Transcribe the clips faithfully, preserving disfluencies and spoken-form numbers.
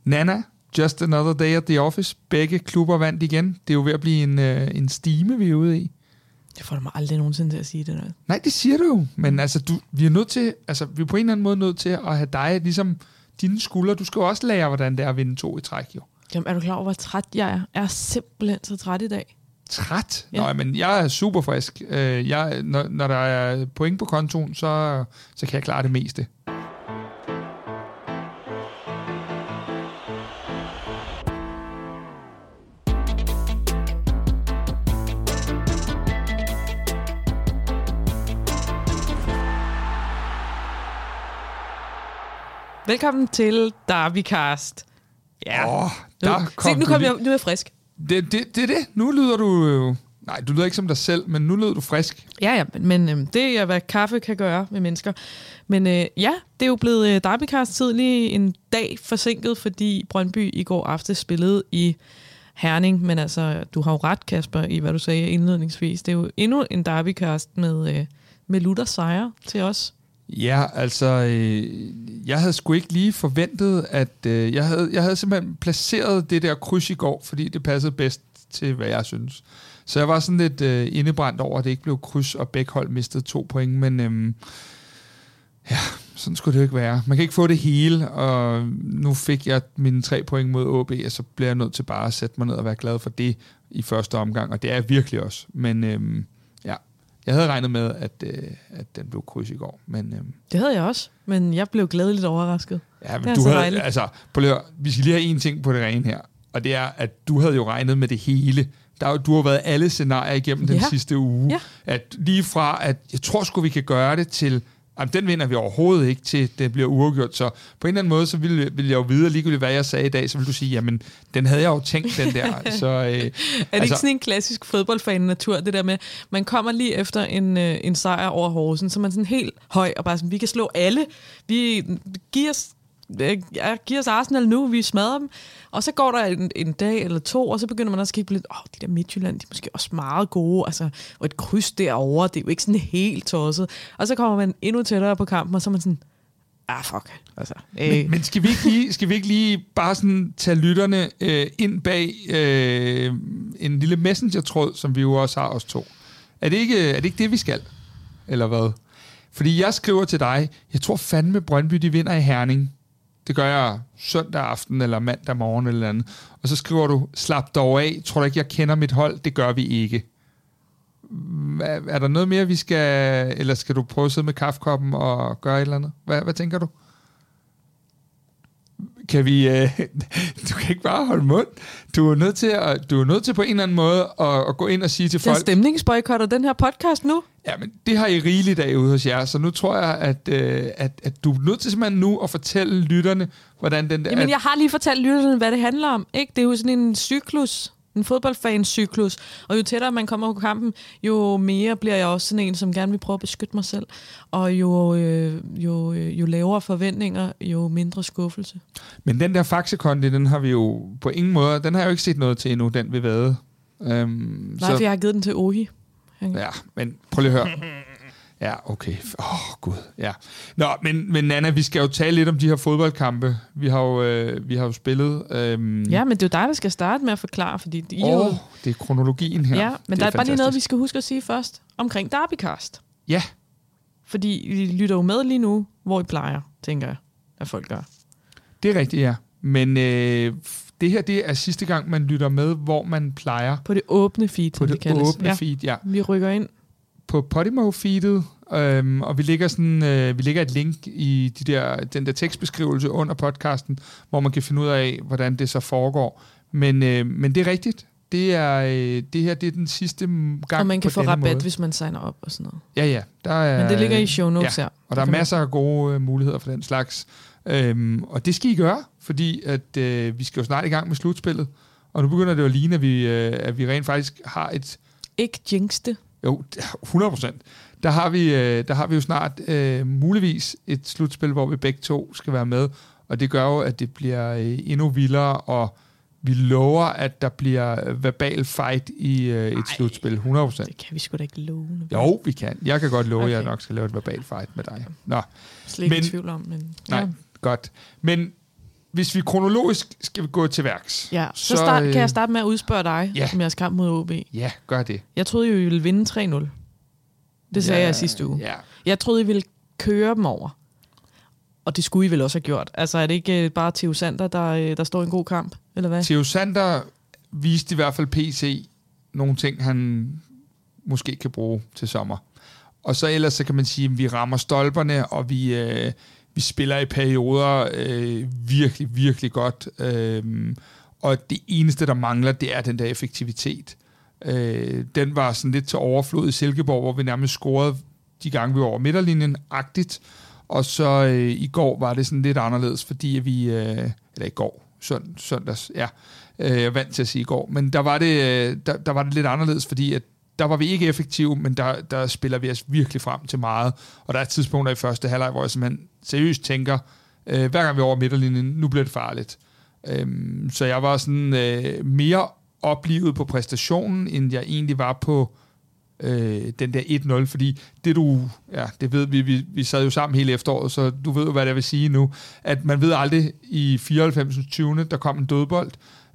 Nana, Just Another Day at the Office. Begge klubber vandt igen. Det er jo ved at blive en, øh, en stime, vi er ude i. Jeg får mig aldrig nogensinde til at sige det der. Nej, det siger du jo. Men altså, du, vi er nødt til, altså, vi er på en eller anden måde nødt til at have dig, ligesom dine skuldre. Du skal jo også lære, hvordan det er at vinde to i træk, jo. Jamen, er du klar over, hvor træt jeg er? Jeg er simpelthen så træt i dag. Træt? Ja. Nå, men jeg er super frisk. Jeg, når, når der er point på kontoen, så, så kan jeg klare det meste. Velkommen til Derbycast. Ja, oh, der nu, kom se, nu, kom lige... jeg, nu er jeg frisk. Det, det, det er det. Nu lyder du jo... Nej, du lyder ikke som dig selv, men nu lyder du frisk. Ja, ja, men, men øhm, det er, hvad kaffe kan gøre med mennesker. Men øh, ja, det er jo blevet øh, Derbycast-tid lige en dag forsinket, fordi Brøndby i går aftes spillede i Herning. Men altså, du har jo ret, Kasper, i hvad du sagde indledningsvis. Det er jo endnu en Derbycast med, øh, med Luther sejre til os. Ja, altså, øh, jeg havde sgu ikke lige forventet, at øh, jeg, havde, jeg havde simpelthen placeret det der kryds i går, fordi det passede bedst til, hvad jeg synes. Så jeg var sådan lidt øh, indebrændt over, at det ikke blev kryds, og begge hold mistede to point, men øh, ja, sådan skulle det jo ikke være. Man kan ikke få det hele, og nu fik jeg mine tre point mod O B, og så bliver jeg nødt til bare at sætte mig ned og være glad for det i første omgang, og det er jeg virkelig også. Men øh, ja, jeg havde regnet med, at, øh, at den blev kryds i går. Men, øh, det havde jeg også, men jeg blev glædeligt overrasket. Ja, men du havde, altså, på lige, vi skal lige have en ting på det rene her, og det er, at du havde jo regnet med det hele. Der, du har været alle scenarier igennem den ja. sidste uge. Ja. At lige fra, at jeg tror sgu, vi kan gøre det til, jamen, den vinder vi overhovedet ikke til, det bliver uafgjort. Så på en eller anden måde, så ville, ville jeg jo vide, ligegyldigt hvad jeg sagde i dag, så ville du sige, jamen, den havde jeg jo tænkt, den der. Så, øh, er det altså, ikke sådan en klassisk fodboldfan-natur, det der med, man kommer lige efter en, øh, en sejr over Horsens, så man sådan helt høj, og bare sådan, vi kan slå alle. Vi giver os Jeg giver os Arsenal nu, vi smadrer dem. Og så går der en, en dag eller to, og så begynder man også at kigge på lidt, åh, oh, de der Midtjylland, de er måske også meget gode, altså, og et kryds derovre, det er jo ikke sådan helt tosset. Og så kommer man endnu tættere på kampen, og så er man sådan, ah, fuck. Altså, øh. men, men skal vi ikke lige, skal vi ikke lige bare sådan tage lytterne øh, ind bag øh, en lille messenger-tråd, som vi jo også har os to? Er det ikke, er det, ikke det, vi skal? Eller hvad? Fordi jeg skriver til dig, jeg tror fandme Brøndby, de vinder i Herning. Det gør jeg søndag aften eller mandag morgen eller andet. Og så skriver du, slap dog af, tror du ikke, jeg kender mit hold? Det gør vi ikke. Er, er der noget mere, vi skal... Eller skal du prøve at sidde med kaffekoppen og gøre et eller andet? Hvad, hvad tænker du? Kan vi... Øh, du kan ikke bare holde mund. Du er nødt til, at, du er nødt til på en eller anden måde at, at gå ind og sige til folk... Jeg stemningsboykotter den her podcast nu. Ja, men det har I rigeligt af ude hos jer, så nu tror jeg, at, øh, at, at du er nødt til simpelthen nu at fortælle lytterne, hvordan den der... Jamen, at, jeg har lige fortalt lytterne, hvad det handler om. Ikke? Det er jo sådan en cyklus, en fodboldfans-cyklus, og jo tættere man kommer på kampen, jo mere bliver jeg også sådan en, som gerne vil prøve at beskytte mig selv, og jo, øh, jo, øh, jo lavere forventninger, jo mindre skuffelse. Men den der faxekonti, den har vi jo på ingen måde, den har jeg jo ikke set noget til endnu, den vil vade. Øhm, Nej, så, for jeg har givet den til Ohi. Ja, men prøv lige at høre. Ja, okay. Åh, oh, gud. Ja. Nå, men, men Nana, vi skal jo tale lidt om de her fodboldkampe. Vi har jo, øh, vi har jo spillet... Øhm... Ja, men det er jo dig, der skal starte med at forklare, fordi... De Åh, oh, jo... det er kronologien her. Ja, men det der er, er bare lige noget, vi skal huske at sige først omkring Derbycast. Ja. Fordi vi lytter jo med lige nu, hvor I plejer, tænker jeg, at folk gør. Det er rigtigt, ja. Men øh, det her, det er sidste gang, man lytter med, hvor man plejer. På det åbne feed, På det, det åbne ja. feed, ja. Vi rykker ind. På Podimo-feedet, øhm, og vi lægger, sådan, øh, vi lægger et link i de der, den der tekstbeskrivelse under podcasten, hvor man kan finde ud af, hvordan det så foregår. Men, øh, men det er rigtigt. Det, er, øh, det her det er den sidste gang. Og man kan på få rabat, måde. hvis man signer op og sådan noget. Ja, ja. Der er, men det ligger i show notes ja, her. Og der er masser af gode øh, muligheder for den slags. Øhm, og det skal I gøre, fordi at, øh, vi skal jo snart i gang med slutspillet. Og nu begynder det jo at ligne, at vi, øh, at vi rent faktisk har et... Ikke jinx det. Jo, hundrede procent. Der har vi, øh, der har vi jo snart øh, muligvis et slutspil, hvor vi begge to skal være med. Og det gør jo, at det bliver øh, endnu vildere, og vi lover, at der bliver verbal fight i øh, et Ej, slutspil. hundrede procent. Det kan vi sgu da ikke love. Jo, vi kan. Jeg kan godt love, okay. at jeg nok skal lave et verbal fight med dig. Nå. Slet ikke tvivl om, men... Nej, ja. godt. Men hvis vi kronologisk skal gå til værks. Ja, så, så start, kan jeg starte med at udspørge dig ja. om jeres kamp mod O B. Ja, gør det. Jeg troede, I ville vinde tre nul. Det sagde ja, jeg sidste uge. Ja. Jeg troede, I ville køre dem over. Og det skulle I vel også have gjort. Altså er det ikke bare Theo Sander, der, der står i en god kamp, eller hvad? Theo Sander viste i hvert fald P C nogle ting, han måske kan bruge til sommer. Og så ellers så kan man sige, at vi rammer stolperne, og vi, øh, vi spiller i perioder øh, virkelig, virkelig godt. Øh, og det eneste, der mangler, det er den der effektivitet. Øh, den var sådan lidt til overflod i Silkeborg, hvor vi nærmest scorede de gange, vi var over midterlinjen-agtigt. Og så øh, i går var det sådan lidt anderledes, fordi vi... Øh, eller i går, sønd, søndags, ja. Øh, jeg er vant til at sige i går. Men der var det, øh, der, der var det lidt anderledes, fordi at der var vi ikke effektive, men der, der spiller vi os virkelig frem til meget. Og der er tidspunkter i første halvleg, hvor jeg simpelthen seriøst tænker, øh, hver gang vi er over midterlinjen, nu bliver det farligt. Øh, så jeg var sådan øh, mere oplivet på præstationen, end jeg egentlig var på øh, den der et nul, fordi det du, ja, det ved vi, vi, vi sad jo sammen hele efteråret, så du ved jo, hvad det vil sige nu, at man ved aldrig i fireoghalvfems tyve der kom en dødbold,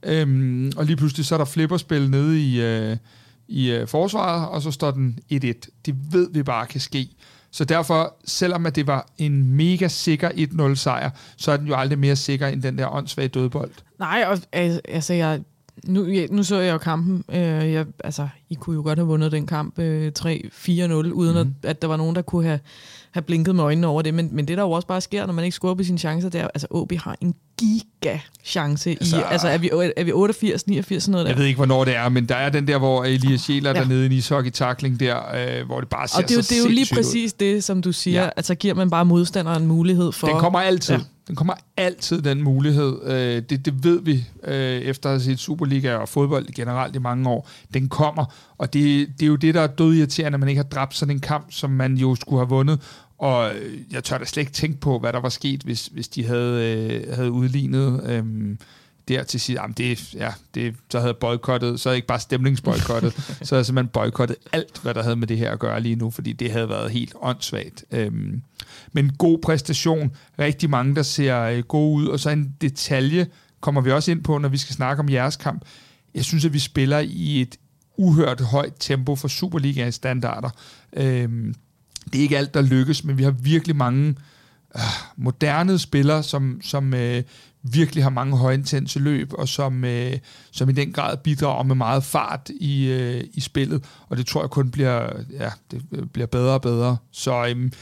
øh, og lige pludselig så er der flipperspil nede i... Øh, i øh, forsvaret, og så står den et et. Det ved vi bare kan ske. Så derfor, selvom at det var en mega sikker et nul sejr, så er den jo aldrig mere sikker end den der åndssvage dødbold. Nej, og altså, jeg, nu, jeg, nu så jeg jo kampen. Øh, jeg, altså, I kunne jo godt have vundet den kamp øh, tre fire nul, uden mm. at, at der var nogen, der kunne have, have blinket med øjnene over det. Men, men det, der jo også bare sker, når man ikke scorer på sine chancer, det er, altså, O B har en giga-chance. Altså, i, altså er, vi, er vi otteogfirs, niogfirs, sådan noget der? Jeg ved ikke, hvornår det er, men der er den der, hvor Elias Schäler ja. dernede i en ishockey-tackling der, øh, hvor det bare ser og det er jo, så det er jo lige ud. præcis det, som du siger, ja. at så giver man bare modstanderen en mulighed for... Den kommer altid. Ja. Den kommer altid, den mulighed. Øh, det, det ved vi, øh, efter at have set Superliga og fodbold generelt i mange år. Den kommer, og det, det er jo det, der er dødirriterende, at man ikke har dræbt sådan en kamp, som man jo skulle have vundet. Og jeg tør da slet ikke tænke på, hvad der var sket, hvis, hvis de havde, øh, havde udlignet øh, der til sidst. Jamen det, ja, det, så havde boykottet, så ikke bare stemningsboykottet, så havde simpelthen boykottet alt, hvad der havde med det her at gøre lige nu, fordi det havde været helt åndssvagt. Øh, men god præstation, rigtig mange, der ser øh, gode ud, og så en detalje kommer vi også ind på, når vi skal snakke om jeres kamp. Jeg synes, at vi spiller i et uhørt højt tempo for Superligaens standarder. Øh, Det er ikke alt, der lykkes, men vi har virkelig mange øh, moderne spillere, som, som øh, virkelig har mange højintense løb, og som, øh, som i den grad bidrager med meget fart i, øh, i spillet. Og det tror jeg kun bliver, ja, det bliver bedre og bedre. Så øh,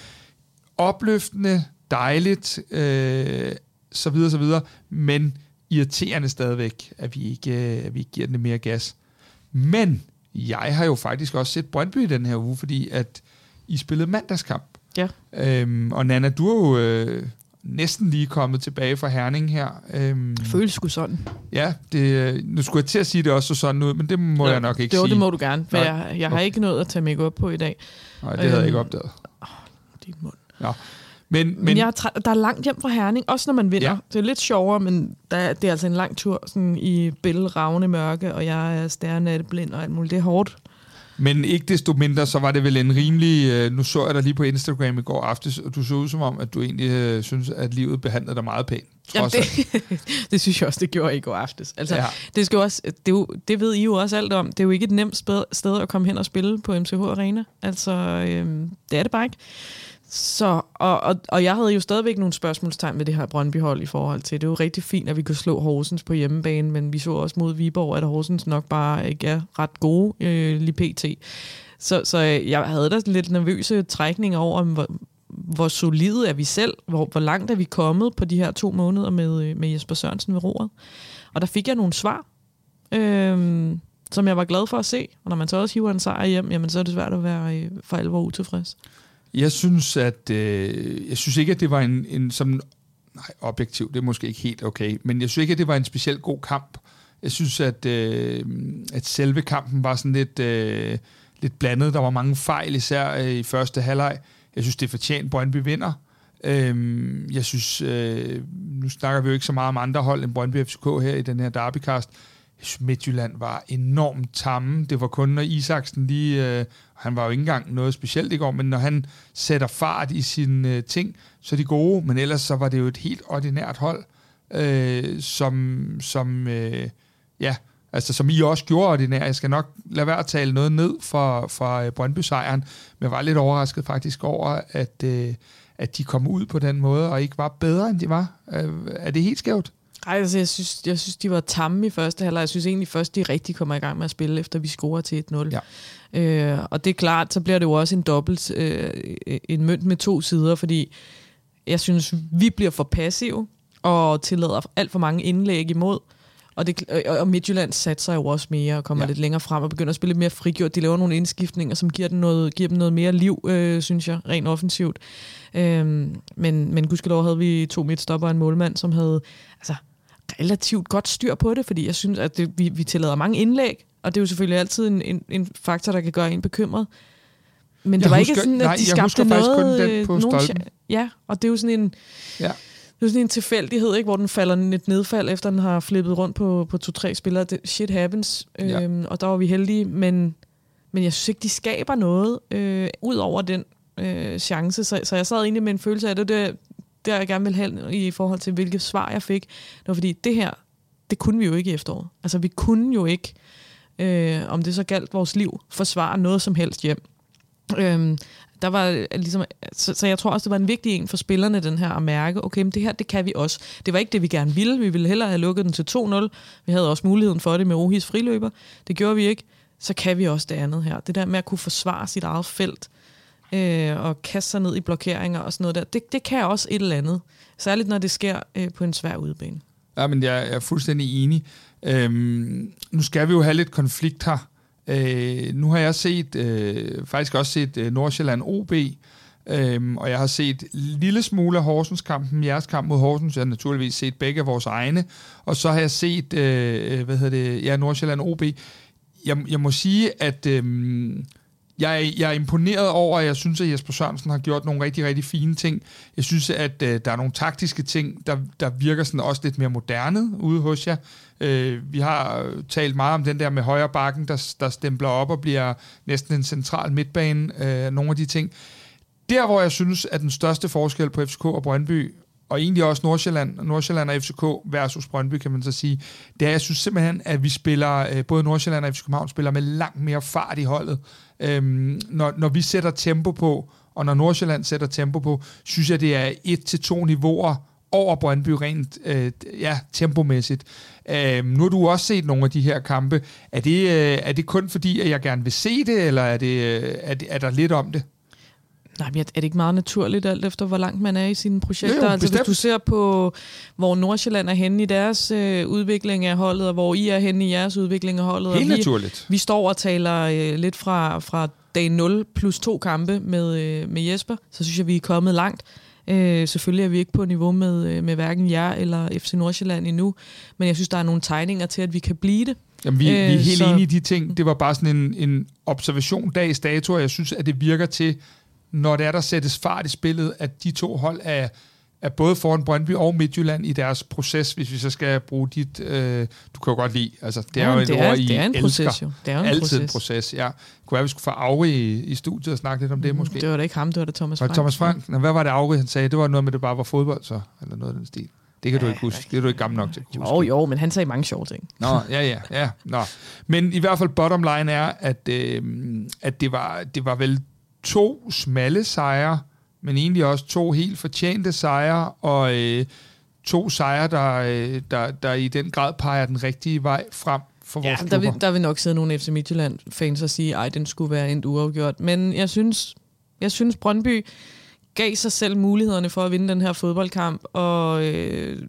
opløftende, dejligt, øh, så videre, så videre, men irriterende stadigvæk, at vi ikke, øh, at vi ikke giver den mere gas. Men jeg har jo faktisk også set Brøndby i den her uge, fordi at I spillede mandagskamp. Ja. Øhm, og Nana, du er jo øh, næsten lige kommet tilbage fra Herning her. Øhm, Føles sgu sådan. Ja, det, nu skulle jeg til at sige det også sådan ud, men det må ja, jeg nok ikke det, sige. Det må du gerne, for Nej. jeg, jeg har okay. ikke noget at tage make-up på i dag. Nej, det øhm, havde jeg ikke opdaget. Åh, din mund. Ja. Men, men, men jeg er træ- der er langt hjem fra Herning, også når man vinder. Ja. Det er lidt sjovere, men der, det er altså en lang tur sådan i bælgeravne mørke, og jeg er stærnatteblind og alt muligt. Det er hårdt. Men ikke desto mindre, så var det vel en rimelig... Øh, nu så jeg dig lige på Instagram i går aftes, og du så ud som om, at du egentlig øh, synes, at livet behandlede dig meget pænt. Jamen det, det synes jeg også, det gjorde i går aftes. Altså, ja. det, skal også, det, er jo, det ved I jo også alt om. Det er jo ikke et nemt sted at komme hen og spille på M C H Arena. Altså, øhm, det er det bare ikke. Så, og, og, og jeg havde jo stadigvæk nogle spørgsmålstegn med det her Brøndby-hold i forhold til. Det er jo rigtig fint, at vi kunne slå Horsens på hjemmebane, men vi så også mod Viborg, at Horsens nok bare ikke er ret gode øh, lige pt. Så, så jeg havde da lidt nervøse trækninger over, hvor, hvor solide er vi selv, hvor, hvor langt er vi kommet på de her to måneder med, med Jesper Sørensen ved roret. Og der fik jeg nogle svar, øh, som jeg var glad for at se. Og når man så også hiver en sejr hjem, jamen, så er det svært at være øh, for alvor utilfreds. Jeg synes, at øh, jeg synes ikke, at det var en, en som nej, objektiv, det er måske ikke helt okay, men jeg synes ikke, at det var en specielt god kamp. Jeg synes, at, øh, at selve kampen var sådan lidt, øh, lidt blandet. Der var mange fejl, især øh, i første halvleg. Jeg synes, det er fortjent, Brøndby vinder. Øh, jeg synes, øh, nu snakker vi jo ikke så meget om andre hold end Brøndby F C K her i den her derbycast. Jeg synes, Midtjylland var enormt tamme. Det var kun, når Isaksen lige... Øh, han var jo ikke engang noget specielt i går, men når han sætter fart i sine øh, ting, så er de gode. Men ellers så var det jo et helt ordinært hold. øh, som, som øh, ja, altså som I også gjorde ordinært. Jeg skal nok lade være at tale noget ned for, for Brøndby-sejren, men jeg var lidt overrasket faktisk over, at, øh, at de kom ud på den måde, og ikke var bedre, end de var. Øh, er det helt skævt? Ej, altså, jeg synes, jeg synes, de var tamme i første halvleg. Jeg synes egentlig først, de rigtig kommer i gang med at spille, efter vi scorer til et nul. Ja. Øh, og det er klart, så bliver det jo også en dobbelt, øh, en mønt med to sider, fordi jeg synes, vi bliver for passive og tillader alt for mange indlæg imod. Og, det, og Midtjylland satser jo også mere og kommer ja. lidt længere frem og begynder at spille lidt mere frigjort. De laver nogle indskiftninger, som giver dem noget, giver dem noget mere liv, øh, synes jeg, rent offensivt. Øh, men, men gudskelov havde vi to midtstopper og en målmand, som havde altså, relativt godt styr på det, fordi jeg synes, at det, vi, vi tillader mange indlæg, og det er jo selvfølgelig altid en, en, en faktor, der kan gøre en bekymret. Men det jeg var husker, ikke sådan, at nej, de skabte noget... kun den på nogen, stolpen. Ja, og det er jo sådan en... Ja. Det er sådan en tilfældighed, ikke, hvor den falder et nedfald, efter den har flippet rundt på, på to-tre spillere. Det, shit happens, ja. øhm, og der var vi heldige, men, men jeg synes ikke, de skaber noget øh, ud over den øh, chance. Så, så jeg sad egentlig med en følelse af det, det der jeg gerne ville have i forhold til, hvilke svar jeg fik. Det var fordi, det her, det kunne vi jo ikke i efteråret. Altså, vi kunne jo ikke, øh, om det så galt vores liv, forsvare noget som helst hjem. Øhm, der var ligesom, så, så jeg tror også, det var en vigtig en for spillerne, den her, at mærke, okay, men det her, det kan vi også. Det var ikke det, vi gerne ville. Vi ville hellere have lukket den til to nul. Vi havde også muligheden for det med Ohis friløber. Det gjorde vi ikke. Så kan vi også det andet her. Det der med at kunne forsvare sit eget felt, øh, og kaste sig ned i blokeringer og sådan noget der, det, det kan også et eller andet. Særligt, når det sker øh, på en svær udebane. Ja, men jeg er fuldstændig enig. Øhm, nu skal vi jo have lidt konflikt her. Øh, nu har jeg set, øh, faktisk også set øh, Nordsjælland O B, øh, og jeg har set lille smule af Horsens-kampen, jeres kamp mod Horsens. Jeg har naturligvis set begge af vores egne, og så har jeg set, øh, hvad hedder det, ja, Nordsjælland O B. Jeg, jeg må sige, at øh, jeg, jeg er imponeret over, at jeg synes, at Jesper Sørensen har gjort nogle rigtig, rigtig fine ting. Jeg synes, at øh, der er nogle taktiske ting, der, der virker sådan også lidt mere moderne ude hos jer. Øh, vi har talt meget om den der med højre bakken, der, der stempler op og bliver næsten en central midtbane. Øh, nogle af de ting. Der, hvor jeg synes, at den største forskel på F C K og Brøndby, og egentlig også Nordsjælland, Nordsjælland og F C K versus Brøndby, kan man så sige, det er, jeg synes simpelthen, at vi spiller, både Nordsjælland og F C København spiller med langt mere fart i holdet. Øhm, når, når vi sætter tempo på, og når Nordsjælland sætter tempo på, synes jeg, det er et til to niveauer over Brøndby rent øh, ja, tempomæssigt. Øh, nu har du også set nogle af de her kampe. Er det, øh, er det kun fordi, at jeg gerne vil se det, eller er, det, øh, er, det, er der lidt om det? Nej, men er det ikke meget naturligt, alt efter hvor langt man er i sine projekter? Jo, jo, altså hvis du ser på, hvor Nordsjælland er henne i deres øh, udvikling af holdet, og hvor I er henne i jeres udvikling af holdet. Helt og vi, naturligt. Vi står og taler øh, lidt fra, fra dag nul plus to kampe med, øh, med Jesper, så synes jeg, vi er kommet langt. Øh, selvfølgelig er vi ikke på niveau med, med hverken jer eller F C Nordsjælland endnu, men jeg synes, der er nogle tegninger til, at vi kan blive det. Jamen, vi, øh, vi er helt så... enige i de ting. Det var bare sådan en, en observation dags dato, og jeg synes, at det virker til, når det er, der sættes fart i spillet, at de to hold er, er både foran Brøndby og Midtjylland i deres proces, hvis vi så skal bruge dit... Øh, du kan jo godt lide. Altså, det er ja, jo et det er, ord, I det er en elsker. Proces, jo. Det er jo en Altid proces. en proces, ja. Kunne være, vi skulle få Auri i, i studiet og snakke lidt om det, måske? Det var da ikke ham, det var da Thomas Frank. Var Thomas Frank? Nå, hvad var det, Auri han sagde? Det var noget med, det bare var fodbold, så? Eller noget af den stil. Det kan ja, du ikke huske. Det er du ikke gammel nok til at huske. Jo, jo, men han sagde mange sjove ting. Nå, ja, ja, ja. Nå. Men i hvert fald bottom line er, at, øh, at det, var, det var vel to smalle sejre, men egentlig også to helt fortjente sejre, og øh, to sejre, der, øh, der, der i den grad peger den rigtige vej frem for vores ja, klubber. Der vil, der vil nok sidde nogle F C Midtjylland-fans og sige, ej, den skulle være endt uafgjort. Men jeg synes, jeg synes Brøndby gav sig selv mulighederne for at vinde den her fodboldkamp, og... Øh,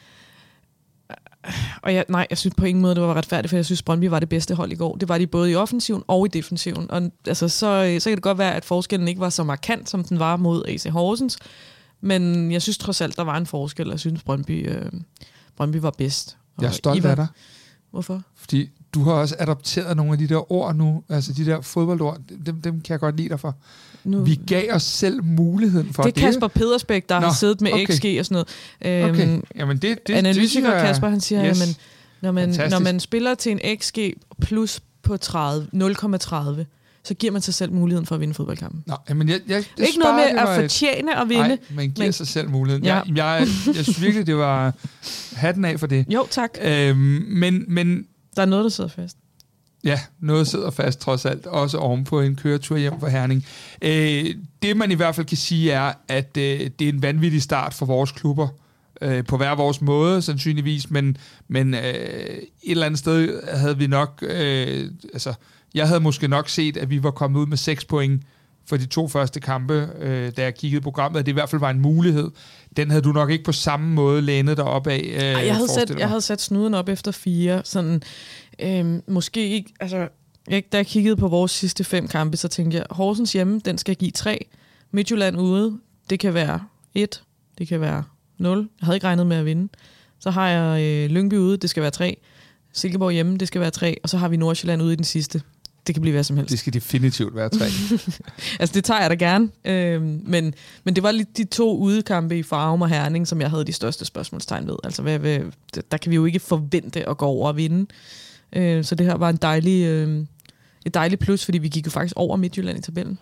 Og jeg, nej, jeg synes på ingen måde, det var retfærdigt, for jeg synes, Brøndby var det bedste hold i går. Det var de både i offensiven og i defensiven. Og altså, så, så kan det godt være, at forskellen ikke var så markant, som den var mod A C Horsens. Men jeg synes trods alt, der var en forskel. Jeg synes, Brøndby, øh, Brøndby var bedst. Og jeg er stolt af dig. Hvorfor? Fordi du har også adopteret nogle af de der ord nu, altså de der fodboldord, dem, dem kan jeg godt lide dig for. Nu. Vi gav os selv muligheden for det. Det er Kasper Pedersbæk, der Nå, har siddet med okay. X G og sådan noget. Okay. Øhm, Jamen det, det, analytiker det jeg, Kasper, han siger, yes. jamen, når, man, når man spiller til en X G plus på tredive, nul komma tredive, så giver man sig selv muligheden for at vinde fodboldkampen. Nå, men jeg, jeg, jeg ikke noget med at fortjene at vinde. Nej, man giver men, sig selv muligheden. Ja. Jeg, jeg, jeg synes virkelig, det var hatten af for det. Jo, tak. Øhm, men, men der er noget, der sidder fast. Ja, noget sidder fast trods alt, også oven på en køretur hjem fra Herning. Øh, det man i hvert fald kan sige er, at øh, det er en vanvittig start for vores klubber, øh, på hver vores måde sandsynligvis, men, men øh, et eller andet sted havde vi nok, øh, altså jeg havde måske nok set, at vi var kommet ud med seks point for de to første kampe, øh, da jeg kiggede i programmet, at det i hvert fald var en mulighed. Den havde du nok ikke på samme måde lænet dig op af. Øh, Ej, jeg, havde sat, jeg havde sat snuden op efter fire, sådan øh, måske ikke, altså jeg, da jeg kiggede på vores sidste fem kampe, så tænkte jeg, Horsens hjemme, den skal give tre, Midtjylland ude, det kan være et, det kan være nul, jeg havde ikke regnet med at vinde. Så har jeg øh, Lyngby ude, det skal være tre, Silkeborg hjemme, det skal være tre, og så har vi Nordsjælland ude i den sidste. Det kan blive hvad som helst. Det skal definitivt være tre. Altså, det tager jeg da gerne. Øhm, men, men det var lige de to udekampe i Farum og Herning, som jeg havde de største spørgsmålstegn ved. Altså, hvad, hvad, der kan vi jo ikke forvente at gå over og vinde. Øh, så det her var en dejlig, øh, et dejligt plus, fordi vi gik jo faktisk over Midtjylland i tabellen.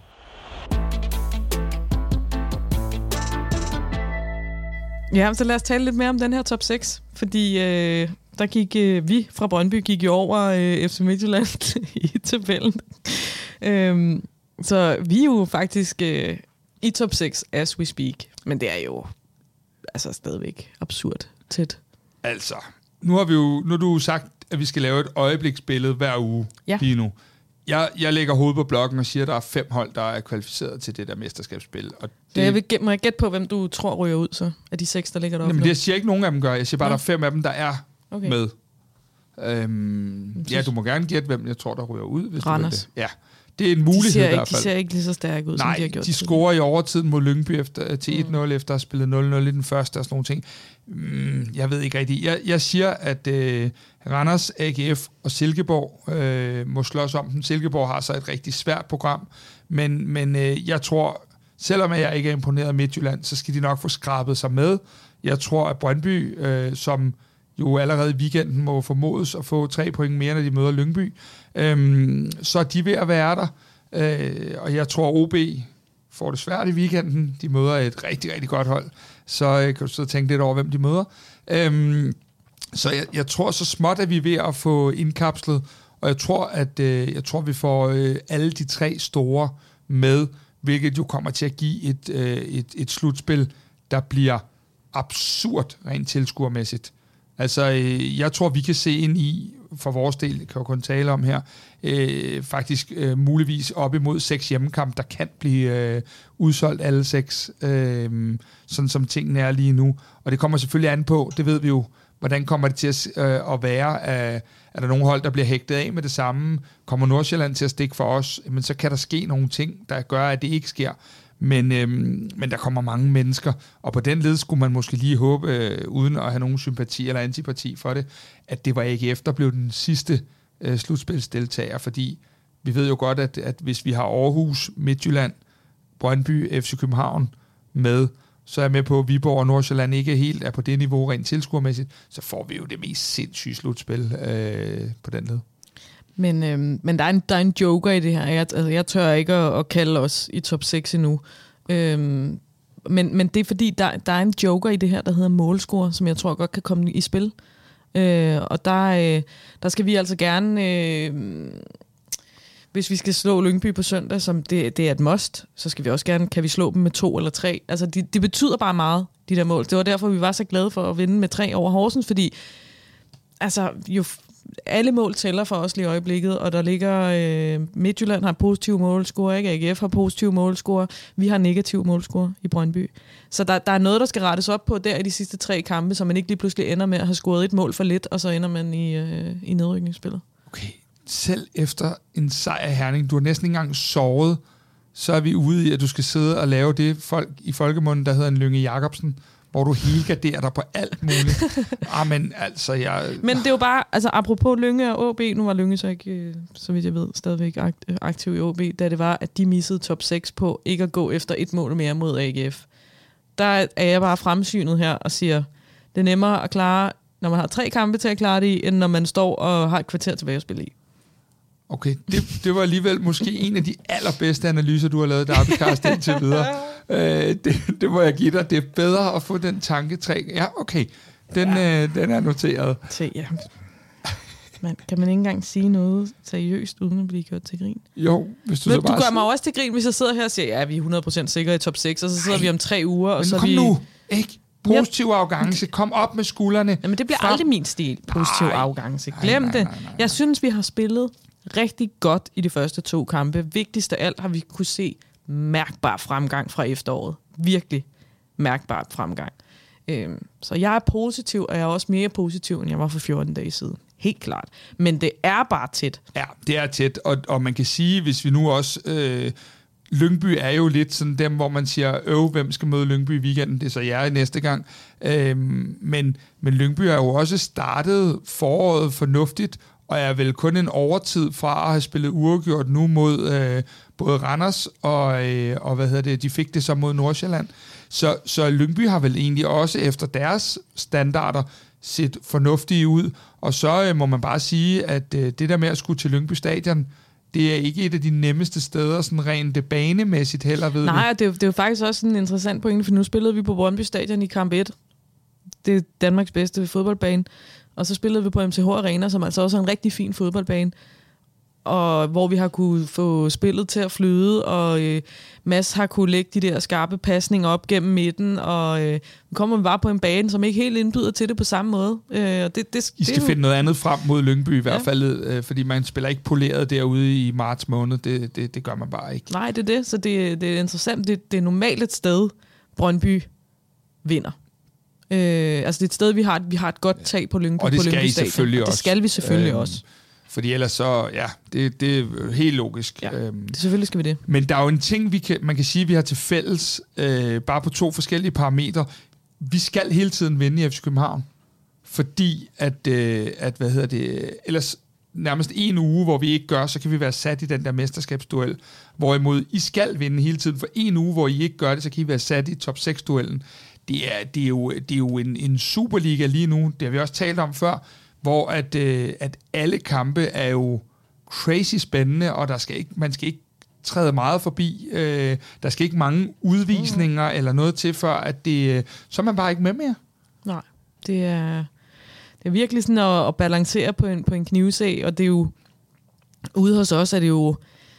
Ja, så lad os tale lidt mere om den her top seks. Fordi øh, der gik øh, vi fra Brøndby gik jo over øh, F C Midtjylland i tabellen. øhm, så vi er jo faktisk øh, i top seks as we speak. Men det er jo altså stadigvæk absurd tæt. Altså, nu har vi jo nu har du sagt, at vi skal lave et øjebliksbillede hver uge ja. lige nu. Jeg, jeg lægger hovedet på blokken og siger, at der er fem hold, der er kvalificeret til det der mesterskabsspil. Og det, jeg vil gæt, må jeg gætte på, hvem du tror ryger ud så? Af de seks, der ligger deroppe? Jamen, det jeg siger ikke, nogen af dem gør. Jeg siger bare, ja. Der er fem af dem, der er okay. med. Øhm, ja, du må gerne gætte, hvem jeg tror, der ryger ud. Hvis Randers. Du det. Ja, det er en mulighed de i hvert fald. De ser ikke lige så stærke ud, Nej, som de har gjort. de scorer i overtiden mod Lyngby efter, til et nul, mm. efter at have spillet nul nul i den første og sådan nogle ting. Mm, jeg ved ikke rigtigt. Jeg, jeg siger, at øh, Randers, A G F og Silkeborg øh, må slås om den. Silkeborg har så et rigtig svært program, men, men øh, jeg tror, selvom jeg ikke er imponeret af Midtjylland, så skal de nok få skrabet sig med. Jeg tror, at Brøndby, øh, som jo allerede i weekenden må formodes at få tre point mere, når de møder Lyngby, øh, så er de ved at være der. Øh, og jeg tror, O B får det svært i weekenden. De møder et rigtig, rigtig godt hold. Så øh, kan du sidde og tænke lidt over, hvem de møder. Øh, så jeg, jeg tror så småt, at vi er ved at få indkapslet, og jeg tror, at øh, jeg tror, vi får øh, alle de tre store med, hvilket jo kommer til at give et, øh, et, et slutspil, der bliver absurd rent tilskuermæssigt. Altså, øh, jeg tror, vi kan se ind i, for vores del, kan jeg kun tale om her, øh, faktisk øh, muligvis op imod seks hjemmekamp, der kan blive øh, udsolgt alle seks, øh, sådan som tingene er lige nu. Og det kommer selvfølgelig an på, det ved vi jo, hvordan kommer det til at, øh, at være? Er, er der nogle hold, der bliver hægtet af med det samme? Kommer Nordsjælland til at stikke for os? Men så kan der ske nogle ting, der gør, at det ikke sker. Men, øhm, men der kommer mange mennesker, og på den led skulle man måske lige håbe, øh, uden at have nogen sympati eller antipati for det, at det var A G F, der blev den sidste øh, slutspilsdeltager, fordi vi ved jo godt, at, at hvis vi har Aarhus, Midtjylland, Brøndby, F C København med, så er jeg med på, at Viborg og Nordsjælland ikke helt er på det niveau rent tilskuermæssigt, så får vi jo det mest sindssyge slutspil øh, på den led. Men, øhm, men der, er en, der er en joker i det her. Jeg, altså, jeg tør ikke at, at kalde os i top seks endnu. Øhm, men, men det er fordi, der, der er en joker i det her, der hedder målscore, som jeg tror godt kan komme i spil. Øh, og der, øh, der skal vi altså gerne... Øh, hvis vi skal slå Lyngby på søndag, som det, det er et must, så skal vi også gerne, kan vi slå dem med to eller tre. Altså, det de betyder bare meget, de der mål. Det var derfor, vi var så glade for at vinde med tre over Horsens, fordi altså, jo... alle mål tæller for os lige i øjeblikket, og der ligger øh, Midtjylland har positiv målscore, ikke? A G F har positiv målscore, vi har negativ målscore i Brøndby. Så der, der er noget, der skal rettes op på der i de sidste tre kampe, så man ikke lige pludselig ender med at have scoret et mål for lidt, og så ender man i, øh, i nedrykningsspillet. Okay, selv efter en sejr i Herning, du har næsten ikke engang sovet, så er vi ude i, at du skal sidde og lave det folk i folkemunden, der hedder en Lynge Jacobsen, hvor du helgarderer dig på alt muligt. ah, men altså, jeg... Men det er jo bare, altså apropos Lynge og A B, nu var Lynge så ikke, så vidt jeg ved, stadigvæk aktiv i A B, da det var, at de missede top seks på ikke at gå efter et mål mere mod A G F. Der er jeg bare fremsynet her og siger, det er nemmere at klare, når man har tre kampe til at klare det i, end når man står og har et kvarter tilbage at spille i. Okay, det, det var alligevel måske en af de allerbedste analyser, du har lavet, Derbycast indtil videre. Øh, det, det må jeg give dig. Det er bedre at få den tanketræk. Ja, okay. Den, ja. Øh, den er noteret. Se, ja. Man, kan man ikke engang sige noget seriøst, uden at blive gjort til grin? Jo, hvis du Men, så bare... Du gør mig også til grin, hvis jeg sidder her og siger, ja, vi er hundrede procent sikre i top seks, og så sidder Ej, vi om tre uger, og så kom vi... nu, ikke? Positiv yep. arrogance. Kom op med skuldrene. Jamen, det bliver Fra... aldrig min stil, positiv nej. arrogance. Glem nej, nej, nej, det. nej. Jeg synes, vi har spillet rigtig godt i de første to kampe. Vigtigst af alt har vi kunne se mærkbar fremgang fra efteråret. Virkelig mærkbar fremgang. Øhm, så jeg er positiv, og jeg er også mere positiv, end jeg var for fjorten dage siden. Helt klart. Men det er bare tæt. Ja, det er tæt, og, og man kan sige, hvis vi nu også... Øh, Lyngby er jo lidt sådan dem, hvor man siger, øv, hvem skal møde Lyngby i weekenden? Det er så jeg næste gang. Øhm, men, men Lyngby er jo også startet foråret fornuftigt, og er vel kun en overtid fra at have spillet uafgjort nu mod øh, både Randers og, øh, og hvad hedder det, de fik det så mod Nordsjælland. Så, så Lyngby har vel egentlig også efter deres standarder set fornuftige ud, og så øh, må man bare sige, at øh, det der med at skulle til Lyngby Stadion, det er ikke et af de nemmeste steder, sådan rent banemæssigt heller, ved Nej, vi. det er, det er jo faktisk også en interessant pointe, for nu spillede vi på Brøndby Stadion i kamp et. Det er Danmarks bedste fodboldbane. Og så spillede vi på M C H Arena, som altså også er en rigtig fin fodboldbane. Og hvor vi har kunne få spillet til at flyde, og øh, Mads har kunne lægge de der skarpe pasninger op gennem midten, og øh, nu kommer vi bare på en bane, som ikke helt indbyder til det på samme måde. Øh, og det, det, I skal det, finde noget andet frem mod Lyngby i hvert ja. fald, øh, fordi man spiller ikke poleret derude i marts måned. Det, det, det gør man bare ikke. Nej, det er det. Så det, det er interessant. Det, det er normalt et sted, Brøndby vinder. Øh, altså det er et sted, vi har, vi har et godt tag på Lyngby. Og det på skal Lyngby I Stadion. selvfølgelig også. Det skal vi selvfølgelig øh, også. Fordi ellers så, ja, det, det er helt logisk. Ja, øhm, det, selvfølgelig skal vi det. Men der er jo en ting, vi kan, man kan sige, vi har til fælles, øh, bare på to forskellige parametre. Vi skal hele tiden vinde i F C København. Fordi at, øh, at hvad hedder det, ellers nærmest en uge, hvor vi ikke gør, så kan vi være sat i den der mesterskabsduel. Hvorimod I skal vinde hele tiden. For en uge, hvor I ikke gør det, så kan I være sat i top seks-duellen. Det er, det er jo, det er jo en, en Superliga lige nu, det har vi også talt om før, hvor at, øh, at alle kampe er jo crazy spændende, og der skal ikke, man skal ikke træde meget forbi. Øh, der skal ikke mange udvisninger mm. eller noget til, før at det, så er man bare ikke med mere. Nej, det er, det er virkelig sådan at, at balancere på en, på en knivsæg, og det er jo, ude hos os er det jo,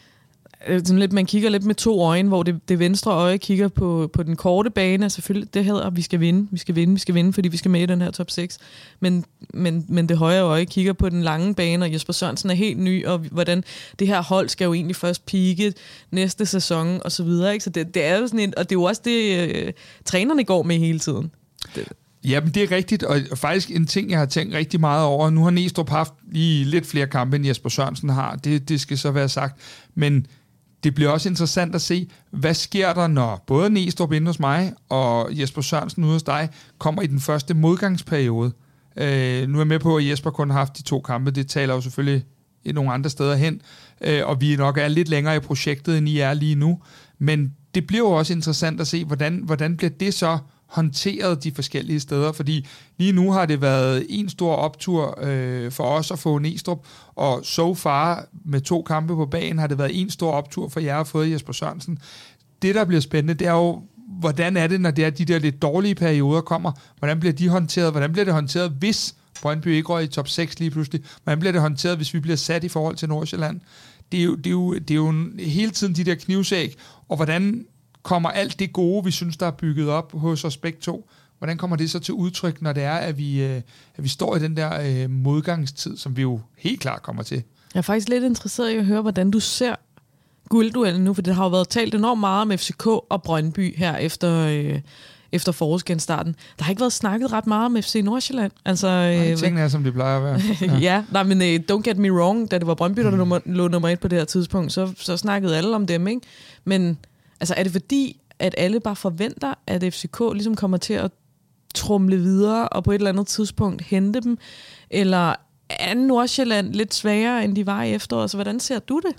sådan lidt, man kigger lidt med to øjne, hvor det, det venstre øje kigger på, på den korte bane, og selvfølgelig, det hedder, at vi skal vinde, vi skal vinde, vi skal vinde, fordi vi skal med i den her top seks. Men, men, men det højre øje kigger på den lange bane, og Jesper Sørensen er helt ny, og hvordan det her hold skal jo egentlig først peake næste sæson, og så videre. Ikke? Så det, det er jo sådan en, og det er jo også det, øh, trænerne går med hele tiden. Det. Jamen, det er rigtigt, og faktisk en ting, jeg har tænkt rigtig meget over. Nu har Næstrup haft lige lidt flere kampe, end Jesper Sørensen har. Det, det skal så være sagt. Men det bliver også interessant at se, hvad sker der, når både Næstrup inde hos mig og Jesper Sørensen ude hos dig kommer i den første modgangsperiode. Øh, nu er jeg med på, at Jesper kun har haft de to kampe. Det taler jo selvfølgelig i nogle andre steder hen. Øh, og vi nok er lidt længere i projektet, end I er lige nu. Men det bliver jo også interessant at se, hvordan, hvordan bliver det så håndteret de forskellige steder, fordi lige nu har det været en stor optur øh, for os at få Næstrup, og so far med to kampe på banen har det været en stor optur for jer at få Jesper Sørensen. Det, der bliver spændende, det er jo, hvordan er det, når det er de der lidt dårlige perioder kommer? Hvordan bliver de håndteret? Hvordan bliver det håndteret, hvis Brøndby ikke røg i top seks lige pludselig? Hvordan bliver det håndteret, hvis vi bliver sat i forhold til Nordsjælland? Det er jo, det er jo, det er jo hele tiden de der knivsæg, og hvordan kommer alt det gode, vi synes, der er bygget op hos os begge to, hvordan kommer det så til udtryk, når det er, at vi, øh, at vi står i den der øh, modgangstid, som vi jo helt klart kommer til? Jeg er faktisk lidt interesseret i at høre, hvordan du ser guldduellen nu, for det har jo været talt enormt meget om F C K og Brøndby her efter, øh, efter forårsgenstarten. Der har ikke været snakket ret meget om F C Nordsjælland. Altså, nej, tingene er, som de plejer at være. Ja, ja nej, men uh, don't get me wrong, da det var Brøndby, der mm. nummer, lå nummer et på det her tidspunkt, så, så snakkede alle om dem, ikke? Men altså, er det fordi, at alle bare forventer, at F C K ligesom kommer til at trumle videre, og på et eller andet tidspunkt hente dem? Eller er Nordsjælland lidt svagere, end de var i efteråret? Så hvordan ser du det?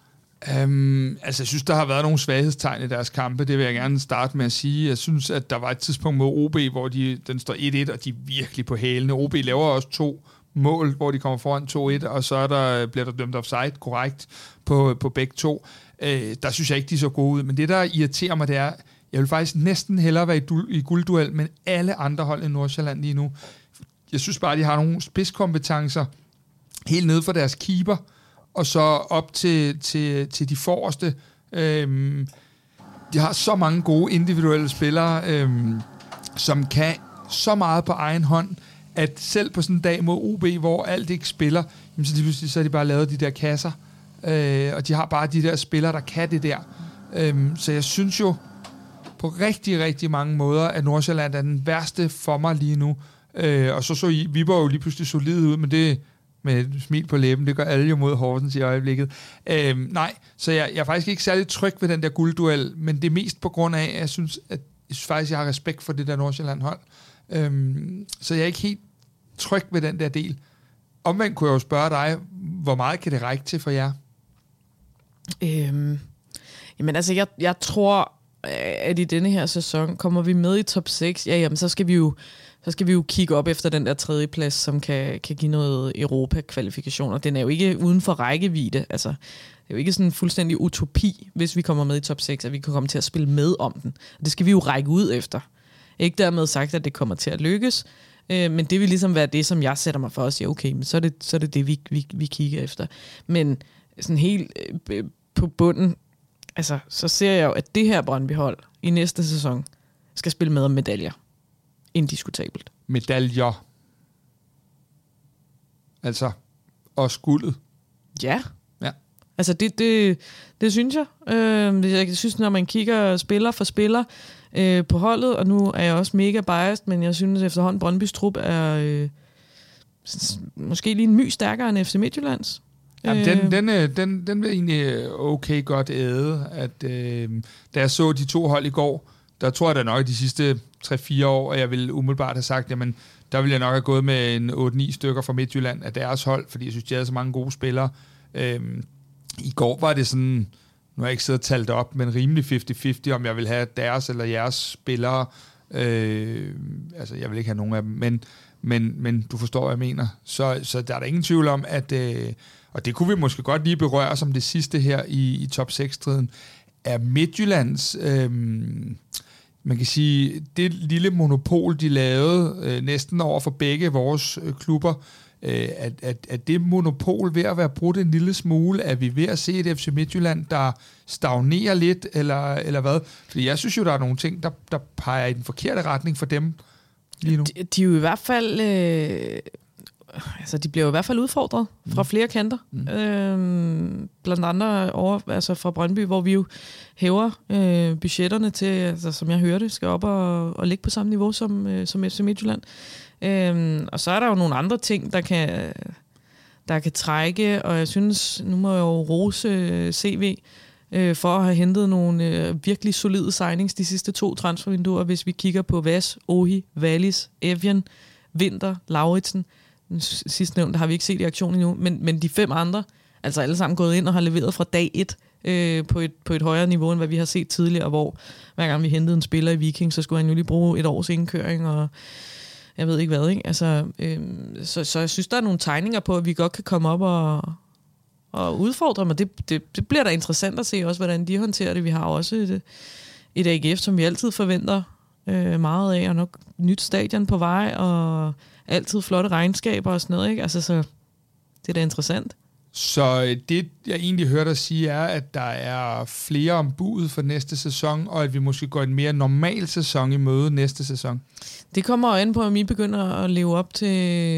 Um, altså, jeg synes, der har været nogle svaghedstegn i deres kampe. Det vil jeg gerne starte med at sige. Jeg synes, at der var et tidspunkt mod O B, hvor de, den står et et, og de er virkelig på hælene. O B laver også to mål, hvor de kommer foran to et, og så er der, bliver der dømt offside korrekt på, på begge to. Øh, der synes jeg ikke, de er så gode ud. Men det, der irriterer mig, det er, jeg vil faktisk næsten hellere være i, du, i guldduel med alle andre hold i Nordsjælland lige nu. Jeg synes bare, de har nogle spidskompetencer helt nede for deres keeper, og så op til, til, til de forreste. Øhm, de har så mange gode individuelle spillere, øhm, som kan så meget på egen hånd, at selv på sådan en dag mod O B, hvor alt ikke spiller, jamen så, de, så har de bare lavet de der kasser, øh, og de har bare de der spillere, der kan det der. Øhm, så jeg synes jo på rigtig, rigtig mange måder, at Nordsjælland er den værste for mig lige nu. Øh, og så så I, vi var jo lige pludselig solide ud, men det med et smil på læben, det gør alle jo mod Horsens i øjeblikket. Øh, nej, så jeg, jeg er faktisk ikke særlig tryg ved den der guldduel, men det er mest på grund af, at jeg synes, at jeg synes faktisk, jeg har respekt for det der Nordsjælland-hold. Øh, så jeg er ikke helt tryg ved den der del. Omvendt kunne jeg jo spørge dig, hvor meget kan det række til for jer? Øhm, jamen altså, jeg, jeg tror, at i denne her sæson kommer vi med i top seks, ja, jamen, så skal vi jo så skal vi jo kigge op efter den der tredje plads, som kan, kan give noget Europa-kvalifikation, og den er jo ikke uden for rækkevidde. Altså, det er jo ikke sådan en fuldstændig utopi, hvis vi kommer med i top seks, at vi kan komme til at spille med om den. Og det skal vi jo række ud efter. Ikke dermed sagt, at det kommer til at lykkes, øh, men det vil ligesom være det, som jeg sætter mig for at sige, okay, men så er det så er det, det vi, vi, vi kigger efter. Men sådan helt øh, på bunden, altså, så ser jeg jo, at det her Brøndby-hold i næste sæson skal spille med om medaljer. Indiskutabelt. Medaljer. Altså, og skuldet. Ja. Ja. Altså, det, det, det synes jeg. Øh, jeg synes, når man kigger spiller for spiller øh, på holdet, og nu er jeg også mega biased, men jeg synes, at efterhånden Brøndbys trup er øh, måske lige en my stærkere end F C Midtjyllands. Jamen, den, den, den, den vil egentlig okay godt æde, at øh, da jeg så de to hold i går, der tror jeg da nok de sidste tre fire år, og jeg ville umiddelbart have sagt, jamen, der ville jeg nok have gået med en otte ni stykker fra Midtjylland af deres hold, fordi jeg synes, de havde så mange gode spillere. Øhm, I går var det sådan, nu har jeg ikke siddet og talt op, men rimelig halvtreds halvtreds, om jeg vil have deres eller jeres spillere. Øh, altså, jeg vil ikke have nogen af dem, men, men, men du forstår, hvad jeg mener. Så, så der er der ingen tvivl om, at, øh, og det kunne vi måske godt lige berøre som det sidste her i, i top seks-striden, er Midtjyllands, øh, man kan sige, det lille monopol, de lavede øh, næsten over for begge vores øh, klubber, øh, at, at, at det monopol ved at være brudt en lille smule, er vi ved at se et F C Midtjylland, der stagnerer lidt, eller, eller hvad? Fordi jeg synes jo, der er nogle ting, der, der peger i den forkerte retning for dem lige nu. De, de er jo i hvert fald... Øh Altså, de bliver jo i hvert fald udfordret fra flere kanter. Mm. Øhm, blandt andre over, altså fra Brøndby, hvor vi jo hæver øh, budgetterne til, altså, som jeg hørte, skal op og, og ligge på samme niveau som, øh, som F C Midtjylland. Øhm, og så er der jo nogle andre ting, der kan, der kan trække, og jeg synes, nu må jeg jo rose C V øh, for at have hentet nogle øh, virkelig solide signings de sidste to transfervinduer, hvis vi kigger på Vas, Ohi, Wallis, Evian, Vinter, Lauritsen. Sidstnævnt har vi ikke set i aktion endnu, men, men de fem andre, altså alle sammen gået ind og har leveret fra dag et øh, på, et, på et højere niveau, end hvad vi har set tidligere, hvor hver gang vi hentede en spiller i Viking, så skulle han jo lige bruge et års indkøring, og jeg ved ikke hvad, ikke? Altså, øh, så, så jeg synes, der er nogle tegninger på, at vi godt kan komme op og, og udfordre dem, og det, det, det bliver da interessant at se også, hvordan de håndterer det. Vi har også et, et A G F, som vi altid forventer øh, meget af, og nok nyt stadion på vej, og altid flotte regnskaber og sådan noget, ikke? Altså, så det er da interessant. Så det, jeg egentlig hørte dig sige, er, at der er flere om budet for næste sæson, og at vi måske går en mere normal sæson i møde næste sæson. Det kommer jo an på, om I begynder at leve op til,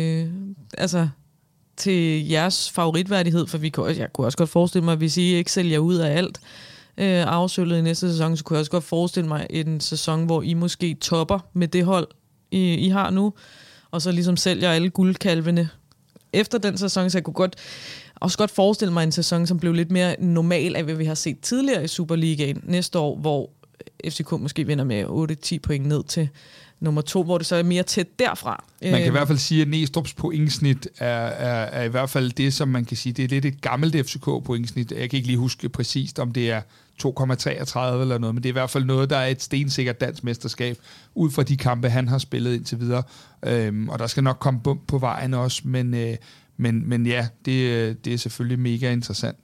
altså, til jeres favoritværdighed, for vi kunne, jeg kunne også godt forestille mig, at hvis I ikke sælger ud af alt øh, afsølvet i næste sæson, så kunne jeg også godt forestille mig en sæson, hvor I måske topper med det hold, I, I har nu, og så ligesom sælger alle guldkalvene efter den sæson, så jeg kunne godt, også godt forestille mig en sæson, som blev lidt mere normal af, hvad vi har set tidligere i Superligaen næste år, hvor F C K måske vinder med otte ti point ned til, nummer to, hvor det så er mere tæt derfra. Man kan i hvert fald sige, at Næstrup's pointsnit er, er, er i hvert fald det, som man kan sige, det er lidt et gammelt F C K-pointsnit. Jeg kan ikke lige huske præcist, om det er to komma treogtredive eller noget, men det er i hvert fald noget, der er et stensikkert dansk mesterskab, ud fra de kampe, han har spillet indtil videre. Øhm, og der skal nok komme bump på vejen også, men, øh, men, men ja, det, det er selvfølgelig mega interessant.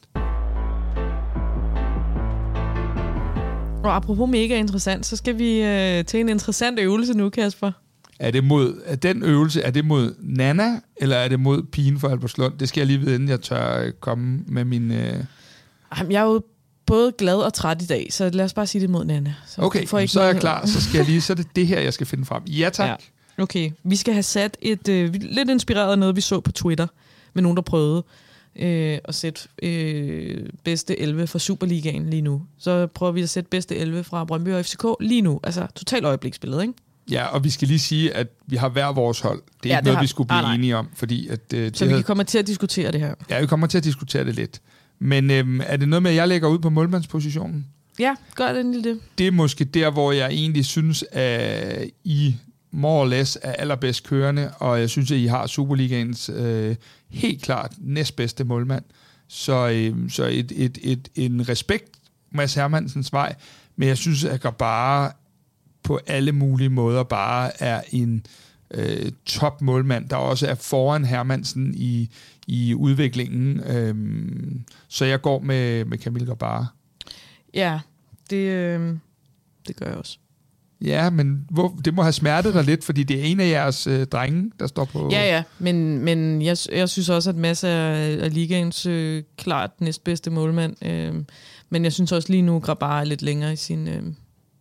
Og apropos mega interessant, så skal vi øh, til en interessant øvelse nu, Kasper. Er det mod, er den øvelse, er det mod Nana, eller er det mod pigen for Albertslund? Det skal jeg lige vide, inden jeg tør komme med min... Øh... Jamen, jeg er jo både glad og træt i dag, så lad os bare sige det mod Nana. Så okay, ikke så er jeg klar. Så skal jeg lige, så er det det her, jeg skal finde frem. Ja, tak. Ja. Okay, vi skal have sat et... Øh, lidt inspireret af noget, vi så på Twitter, med nogen, der prøvede øh, at sætte øh, bedste elleve fra Superligaen lige nu. Så prøver vi at sætte bedste elleve fra Brøndby og F C K lige nu. Altså, totalt øjebliksbillede, ikke? Ja, og vi skal lige sige, at vi har hver vores hold. Det er ja, ikke noget, har... vi skulle blive ah, enige om. Fordi at, øh, så det vi havde... kommer til at diskutere det her. Ja, vi kommer til at diskutere det lidt. Men øhm, er det noget med, at jeg lægger ud på målmandspositionen? Ja, gør det endelig det. Det er måske der, hvor jeg egentlig synes, at I more or less er allerbedst kørende, og jeg synes, at I har Superligaens øh, helt klart næstbedste målmand. Så, øh, så et, et, et, en respekt Mads Hermansens vej, men jeg synes, at jeg bare på alle mulige måder bare er en øh, top målmand, der også er foran Hermansen i, i udviklingen. Øhm, så jeg går med, med Camille Grabara. Ja, det, øh, det gør jeg også. Ja, men hvor, det må have smertet dig lidt, fordi det er en af jeres øh, drenge, der står på... Ja, ja, men, men jeg, jeg synes også, at Mads er, er ligaens øh, klart næstbedste målmand. Øh, men jeg synes også lige nu, at Grabara er lidt længere i sin, øh,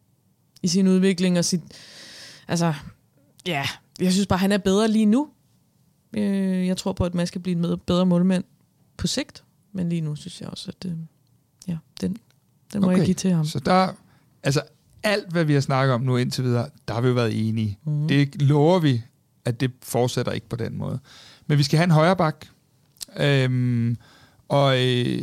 i sin udvikling og sit... Altså, ja, jeg synes bare, han er bedre lige nu. Øh, jeg tror på, at Mads skal blive en bedre målmand på sigt, men lige nu synes jeg også, at øh, ja, den, den må okay. jeg give til ham. Så der... Altså, alt, hvad vi har snakket om nu indtil videre, der har vi jo været enige. Mm. Det lover vi, at det fortsætter ikke på den måde. Men vi skal have en højre bak. Øhm, og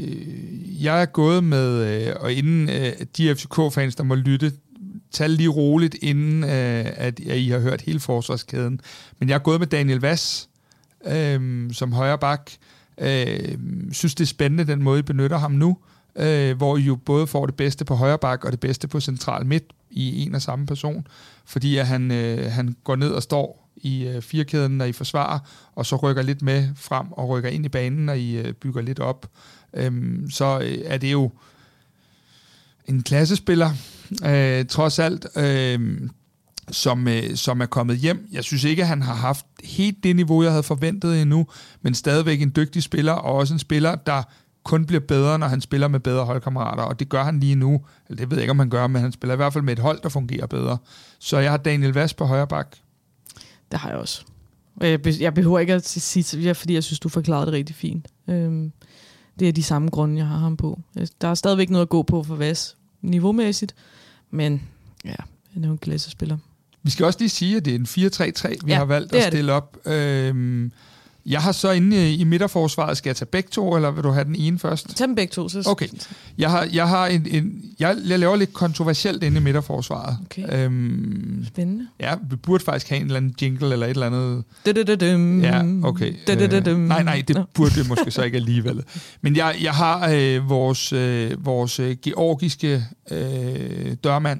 øh, jeg er gået med, øh, og inden øh, de F C K-fans, der må lytte, tal lige roligt, inden øh, at, at I har hørt hele forsvarskæden. Men jeg er gået med Daniel Vass øh, som højre bak. Øh, synes, det er spændende, den måde, I benytter ham nu. Øh, hvor I jo både får det bedste på højre bak og det bedste på central midt i en og samme person, fordi at han, øh, han går ned og står i øh, firkæden, når I forsvarer, og så rykker lidt med frem og rykker ind i banen, når I øh, bygger lidt op. Øhm, så øh, er det jo en klassespiller, øh, trods alt, øh, som, øh, som er kommet hjem. Jeg synes ikke, at han har haft helt det niveau, jeg havde forventet endnu, men stadigvæk en dygtig spiller, og også en spiller, der kun bliver bedre, når han spiller med bedre holdkammerater, og det gør han lige nu. Eller det ved jeg ikke, om han gør, men han spiller i hvert fald med et hold, der fungerer bedre. Så jeg har Daniel Vass på højre bak. Det har jeg også. Jeg behøver ikke at sige det, fordi jeg synes, du forklarede det rigtig fint. Det er de samme grunde, jeg har ham på. Der er stadigvæk noget at gå på for Vass niveaumæssigt, men ja, han er jo en klassespiller. Vi skal også lige sige, at det er en fire tre tre, vi ja, har valgt at stille det. op. Øhm, Jeg har så inde i midterforsvaret, skal jeg tage begge to, eller vil du have den ene først? Tag dem begge to. Så... Okay. Jeg har, jeg har en, en jeg, jeg laver lidt kontroversielt inde i midterforsvaret. Okay. Øhm, Spændende. Ja, vi burde faktisk have en eller anden jingle, eller et eller andet... Da-da-da-dum. Ja, okay. Da-da-da-dum. Øh, nej, nej, det burde det måske så ikke alligevel. Men jeg, jeg har øh, vores, øh, vores øh, georgiske øh, dørmand,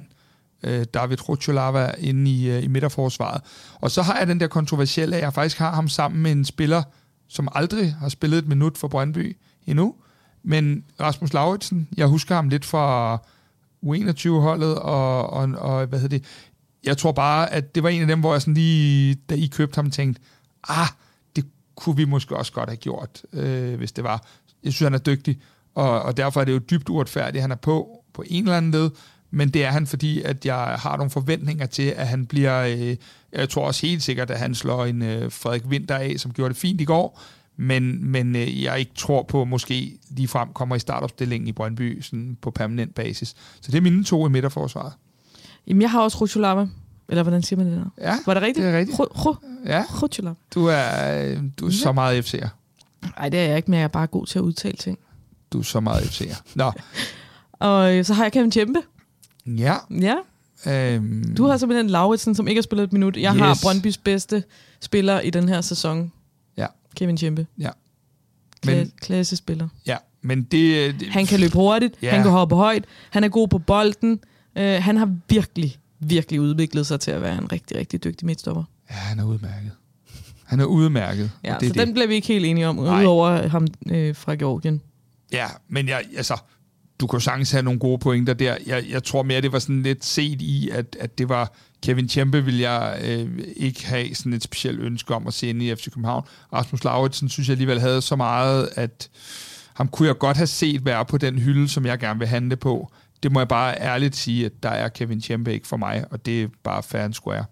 David Rucholava inde i, i midterforsvaret. Og så har jeg den der kontroversielle, at jeg faktisk har ham sammen med en spiller, som aldrig har spillet et minut for Brøndby endnu. Men Rasmus Lauritsen, jeg husker ham lidt fra U enogtyve-holdet, og, og, og hvad hedder det? Jeg tror bare, at det var en af dem, hvor jeg sådan lige, da I købte ham, tænkte, ah, det kunne vi måske også godt have gjort, øh, hvis det var. Jeg synes, han er dygtig, og, og derfor er det jo dybt uretfærdigt, han er på, på en eller anden led. Men det er han, fordi at jeg har nogle forventninger til, at han bliver... Øh, jeg tror også helt sikkert, at han slår en øh, Frederik Winther af, som gjorde det fint i går. Men, men øh, jeg ikke tror på, måske ligefrem kommer i startopstillingen i Brøndby sådan på permanent basis. Så det er mine to i midterforsvaret. Jamen, jeg har også Rucholava. Eller hvordan siger man det der? Ja, var det rigtigt? det er rigtigt. Ru- Ru- ja. Rucholava. Du er, øh, du er ja. så meget F C'er. Nej, det er jeg ikke, men jeg er bare god til at udtale ting. Du er så meget F C'er. Nå. Og så har jeg Kevin Tjempe. Ja. Ja. Øhm, Du har simpelthen Lauritsen, som ikke har spillet et minut. Jeg yes. har Brøndbys bedste spiller i den her sæson. Ja. Kevin Tjempe. Ja. Kla- Men, klassespiller. ja, men det, det... Han kan løbe hurtigt, Ja. han kan hoppe højt, han er god på bolden. Uh, han har virkelig, virkelig udviklet sig til at være en rigtig, rigtig dygtig midtstopper. Ja, han er udmærket. Han er udmærket. Ja, og det så er det. den bliver vi ikke helt enige om, udover ham øh, fra Georgien. Ja, men jeg, altså, du kan jo sagtens have nogle gode pointer der. Jeg, jeg tror mere, det var sådan lidt set i, at, at det var Kevin Tjempe, vil jeg øh, ikke have sådan et specielt ønske om at se ind i F C København. Rasmus Lauritsen synes jeg alligevel havde så meget, at ham kunne jeg godt have set være på den hylde, som jeg gerne vil handle på. Det må jeg bare ærligt sige, at der er Kevin Tjempe ikke for mig, og det er bare fair and square.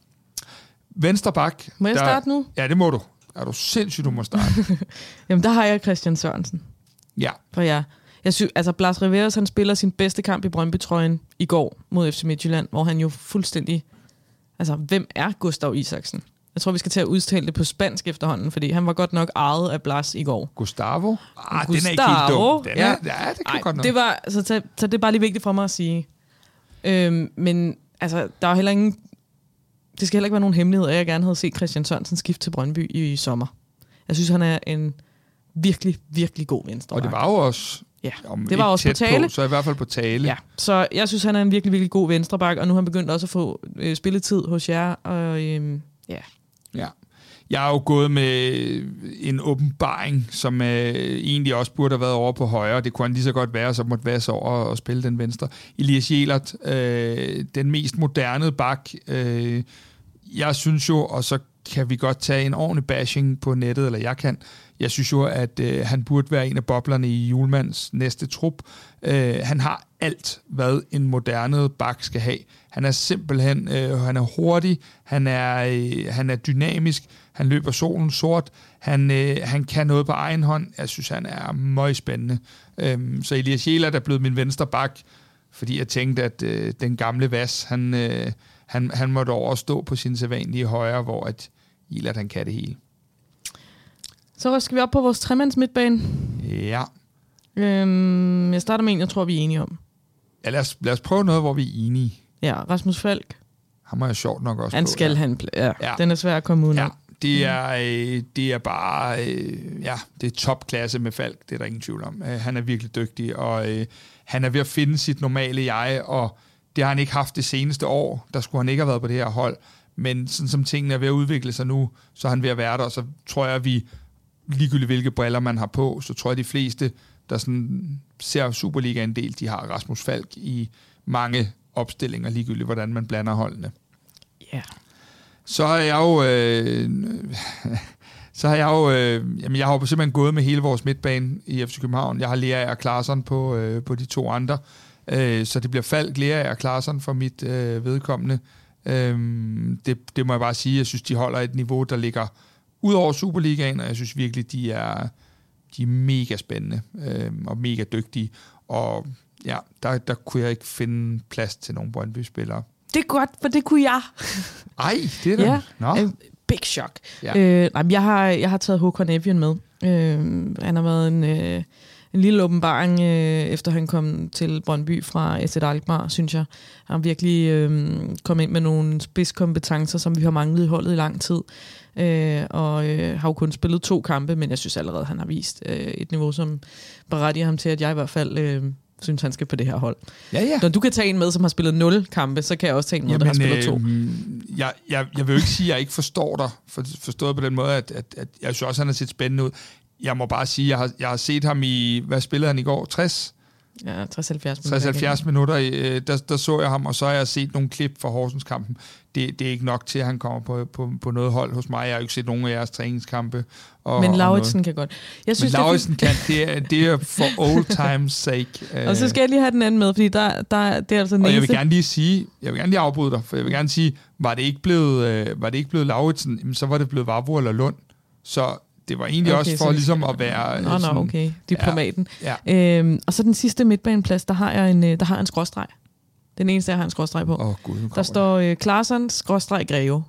Venstre bak. Må jeg der, starte nu? Ja, det må du. Er du sindssygt, du må starte. Jamen, der har jeg Christian Sørensen. Ja. For jeg, jeg synes, altså Blas Riveros, han spiller sin bedste kamp i Brøndby-trøjen i går mod F C Midtjylland, hvor han jo fuldstændig... Altså, hvem er Gustav Isaksen? Jeg tror, vi skal til at udtale det på spansk efterhånden, fordi han var godt nok ejet af Blas i går. Gustavo? Ah, Gustavo. den er ikke helt dum. Den er, Ja. ja, det kan Ej, godt nok. det var, så, så, så det er bare lige vigtigt for mig at sige. Øhm, men altså, der er heller ingen... Det skal heller ikke være nogen hemmelighed, at jeg gerne havde set Christian Sørensen skifte til Brøndby i, i sommer. Jeg synes, han er en virkelig, virkelig god venstre. Og det var jo også... Ja, om det var også på tale. På, så i hvert fald på tale. Ja, så jeg synes, han er en virkelig, virkelig god venstreback, og nu har han begyndt også at få øh, spilletid hos jer. Og, øh, ja. Ja. Jeg er jo gået med en åbenbaring, som øh, egentlig også burde have været over på højre. Det kunne han lige så godt være, så måtte være så over og spille den venstre. Elias Jelert, øh, den mest moderne bak. Øh, jeg synes jo, og så kan vi godt tage en ordentlig bashing på nettet, eller jeg kan. Jeg synes jo, at øh, han burde være en af boblerne i Hjulmands næste trup. Øh, han har alt, hvad en moderne bak skal have. Han er simpelthen, øh, han er hurtig, han er, øh, han er dynamisk, han løber solen sort, han, øh, han kan noget på egen hånd. Jeg synes, han er meget spændende. Øh, så Elias Jelert er blevet min venstre bak, fordi jeg tænkte, at øh, den gamle Vas, han, øh, han, han måtte overstå på sin sædvanlige højre, hvor at Jelert, han kan det hele. Så skal vi op på vores tremands midtbane. Ja. Øhm, jeg starter med en, jeg tror, vi er enige om. Ja, lad os, lad os prøve noget, hvor vi er enige. Ja, Rasmus Falk. Han må jeg sjovt nok også Han på, skal ja. han... Ja, Ja. den er svær at komme ud Ja, af. det er, øh, det er bare... Øh, ja, det er topklasse med Falk, det er der ingen tvivl om. Øh, han er virkelig dygtig, og øh, han er ved at finde sit normale jeg, og det har han ikke haft det seneste år. Der skulle han ikke have været på det her hold. Men sådan som tingene er ved at udvikle sig nu, så er han ved at være der, og så tror jeg, at vi, ligegyldigt hvilke briller man har på, så tror jeg, de fleste, der sådan ser Superliga en del, de har Rasmus Falk i mange opstillinger, ligegyldigt hvordan man blander holdene. Ja. Så har jeg jo... Øh, så har jeg jo... Øh, jamen, jeg har jo simpelthen gået med hele vores midtbane i F C København. Jeg har Lea og Klaarsson på, øh, på de to andre. Øh, så det bliver Falk, Lea og Klaarsson for mit øh, vedkommende. Øh, det, det må jeg bare sige. Jeg synes, de holder et niveau, der ligger ud over Superligaen, og jeg synes virkelig, de er, de er mega spændende øh, og mega dygtige. Og ja, der, der kunne jeg ikke finde plads til nogle Brøndby-spillere. Det er godt, for det kunne jeg. Ej, det er da... Ja, Nå. øh, big shock. Ja. Øh, nej, jeg, har, jeg har taget Håkon Evjen med. Øh, han har været en, øh, en lille åbenbaring, øh, efter han kom til Brøndby fra S et Alkmaar, synes jeg. Han har virkelig øh, kommet ind med nogle spidskompetencer, som vi har manglet i holdet i lang tid. Øh, og øh, har jo kun spillet to kampe, men jeg synes allerede, han har vist øh, et niveau, som berettiger ham til, at jeg i hvert fald... Øh, synes, han skal på det her hold. Ja, ja. Når du kan tage en med, som har spillet nul kampe, så kan jeg også tage en med, der har spillet to. Øh, jeg, jeg, jeg vil jo ikke sige, at jeg ikke forstår dig, for, forstået på den måde, at, at, at jeg synes også, at han har set spændende ud. Jeg må bare sige, at jeg har, jeg har set ham i, hvad spillede han i går? tres? Ja, tres til halvfjerds minutter. tres til halvfjerds minutter, øh, der, der så jeg ham, og så har jeg set nogle klip fra Horsens-kampen. Det, det er ikke nok til, at han kommer på, på, på noget hold hos mig. Jeg har jo ikke set nogen af jeres træningskampe. Og, men Lauritsen kan godt. Jeg synes, men Lauritsen kan, det er, det er for old times sake. Og så skal jeg lige have den anden med, fordi der, der, det er altså den og eneste... jeg vil gerne lige sige, jeg vil gerne lige afbryde dig, for jeg vil gerne sige, var det ikke blevet, øh, var det ikke blevet Lauritsen, jamen, så var det blevet Vavro eller Lund. Så det var egentlig okay, også for ligesom at være... Nå, nå, okay. Diplomaten. Ja, ja. Øhm, og så den sidste midtbaneplads, der har jeg en, der har en skråstreg. Den eneste, jeg har en skråstreg på. Oh, Gud, der står øh, Klaarsson, skråstreg, Greve.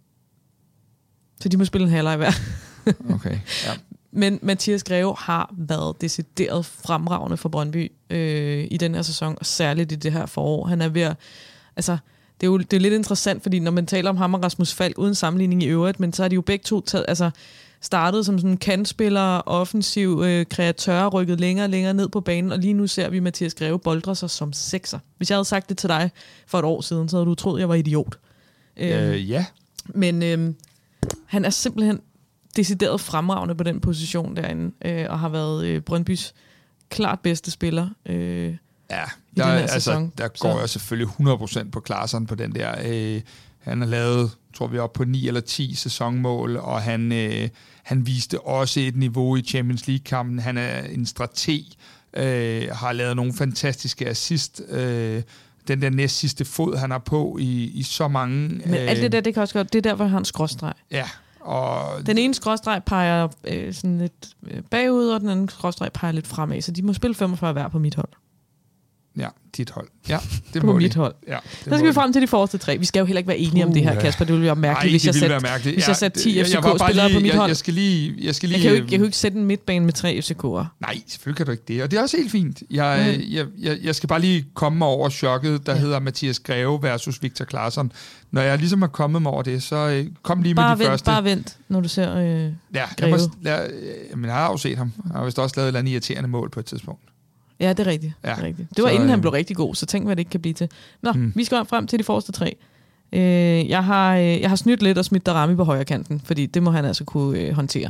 Så de må spille en halvleg hver. Okay, ja. Men Mathias Greve har været decideret fremragende for Brøndby øh, i den her sæson, og særligt i det her forår. Han er ved at, altså, det det er jo det er lidt interessant, fordi når man taler om ham og Rasmus Falk uden sammenligning i øvrigt, men så har de jo begge to taget, altså startet som sådan kantspillere, offensiv øh, kreatør, rykket længere og længere ned på banen, og lige nu ser vi Mathias Greve boldre sig som sekser. Hvis jeg havde sagt det til dig for et år siden, så havde du troet, jeg var idiot. Øh, ja. Men øh, han er simpelthen decideret fremragende på den position derinde, øh, og har været øh, Brøndbys klart bedste spiller. Øh, ja, der, altså, der går så. Jeg selvfølgelig hundrede procent på Klaarsson på den der. Øh, han har lavet, tror vi, op på ni eller ti sæsonmål, og han, øh, han viste også et niveau i Champions League-kampen. Han er en strateg, øh, har lavet nogle fantastiske assist. Øh, den der næst sidste fod, han har på i, i så mange... Men alt det der, det kan også godt, det er der, hvor han har en skråstreg. Ja. Og den ene skråstreg peger øh, sådan lidt bagud, og den anden skråstreg peger lidt fremad, så de må spille femogfyrre hver på mit hold. Ja, dit hold. Ja, det på må mit de. hold. Ja, så skal vi frem til de forreste tre. Vi skal jo heller ikke være enige uh, om det her, Kasper. Det ville være mærkeligt, Ej, hvis jeg satte hvis jeg satte ti F C K-spillere på mit jeg, hold. Jeg skal lige... Jeg, skal lige jeg, kan jo ikke, jeg kan jo ikke sætte en midtbane med tre F C K'ere. Nej, selvfølgelig kan du ikke det. Og det er også helt fint. Jeg, mm. jeg, jeg, jeg skal bare lige komme mig over chokket, der ja. hedder Mathias Greve versus Viktor Klaarsson. Når jeg ligesom er kommet mig over det, så øh, kom lige bare med de vent, første. Bare vent, når du ser øh, ja, Greve. Jeg, må, jeg, jamen, jeg har jo set ham. Jeg har vist også lavet et eller andet irriterende mål på et tidspunkt. Ja, det er rigtigt. Ja. Det, er rigtigt. det var så, inden han blev rigtig god, så tænk, hvad det ikke kan blive til. Nå, hmm. vi skal frem til de forreste tre. Øh, jeg, har, øh, jeg har snydt lidt og smidt Darami på højre kanten, fordi det må han altså kunne øh, håndtere.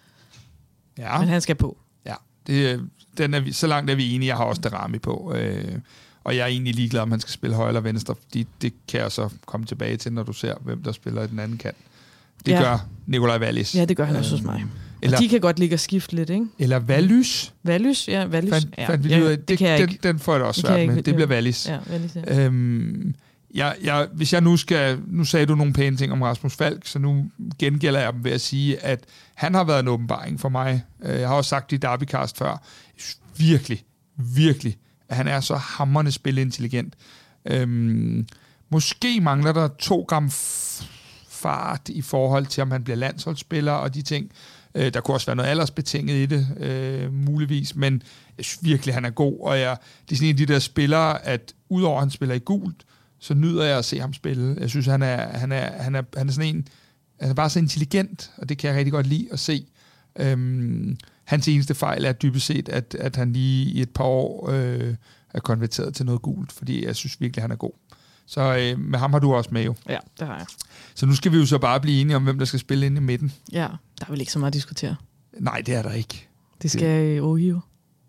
Ja. Men han skal på. Ja, det, den er vi, så langt er vi enige. Jeg har også Darami på. Øh, og jeg er egentlig ligeglad, om han skal spille højre eller venstre, fordi det kan jeg så komme tilbage til, når du ser, hvem der spiller i den anden kant. Det ja. gør Nikolaj Wallis. Ja, det gør han også hos mig. Eller, og de kan godt ligge og skifte lidt, ikke? Eller Wallis. Wallis, ja, Wallis. Fandt, ja, fandt ja, det, det kan jeg den, ikke. Den får jeg da også svært med. Det bliver Wallis. Ja, Wallis, ja. Øhm, jeg, jeg, hvis jeg nu skal... Nu sagde du nogle pæne ting om Rasmus Falk, så nu gengælder jeg dem ved at sige, at han har været en åbenbaring for mig. Jeg har også sagt det i Derbycast før. Virkelig, virkelig, at han er så hamrende spilintelligent. Øhm, måske mangler der to gram fart i forhold til, om han bliver landsholdsspiller og de ting. Øh, der kunne også være noget aldersbetinget i det, øh, muligvis, men jeg synes virkelig, han er god, og jeg, det er sådan en af de der spillere, at udover at han spiller i gult, så nyder jeg at se ham spille. Jeg synes, han er, han er, han er, han er sådan en, han er bare så intelligent, og det kan jeg rigtig godt lide at se. Øhm, hans eneste fejl er dybest set, at, at han lige i et par år øh, er konverteret til noget gult, fordi jeg synes virkelig, han er god. Så øh, med ham har du også med jo. Ja, det har jeg. Så nu skal vi jo så bare blive enige om, hvem der skal spille inde i midten. Ja, der er vel ikke så meget at diskutere. Nej, det er der ikke. Det skal Ohio.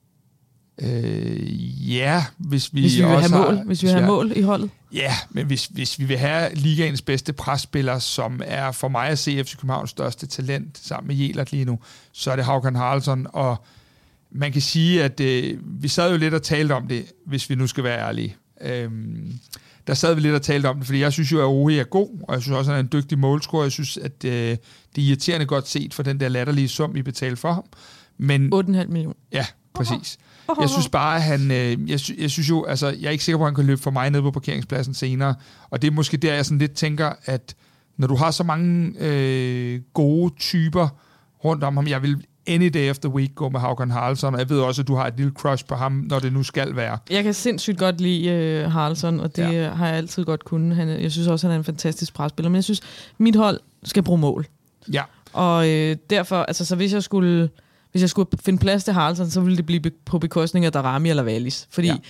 Øh, ja, hvis vi, hvis vi vil også have mål, har, hvis vi vil have mål i holdet. Ja, men hvis, hvis vi vil have ligaens bedste presspiller, som er for mig at se F C Københavns største talent, sammen med Jelert lige nu, så er det Håkan Haraldsson, og man kan sige, at øh, vi sad jo lidt og talte om det, hvis vi nu skal være ærlige. Øhm, der sad vi lidt og talte om det, fordi jeg synes jo, at Ohi er god, og jeg synes også, at han er en dygtig målscorer. Jeg synes, at øh, det er irriterende godt set for den der latterlige sum, vi betalte for ham. Men, otte komma fem millioner. Ja, præcis. Jeg synes bare, at han... Øh, jeg, sy- jeg synes jo, altså, jeg er ikke sikker på, at han kan løbe for mig ned på parkeringspladsen senere, og det er måske der, jeg sådan lidt tænker, at når du har så mange øh, gode typer rundt om ham, jeg vil any day of the week gå med Håkan Haraldsson, og jeg ved også, at du har et lille crush på ham, når det nu skal være. Jeg kan sindssygt godt lide uh, Haraldsson, og det ja. har jeg altid godt kunnet. Han, jeg synes også, han er en fantastisk presspiller, men jeg synes, mit hold skal bruge mål. Ja. Og øh, derfor, altså, så hvis jeg skulle... Hvis jeg skulle finde plads til Haraldsson, så ville det blive på bekostning af Darami eller Wallis. Fordi ja.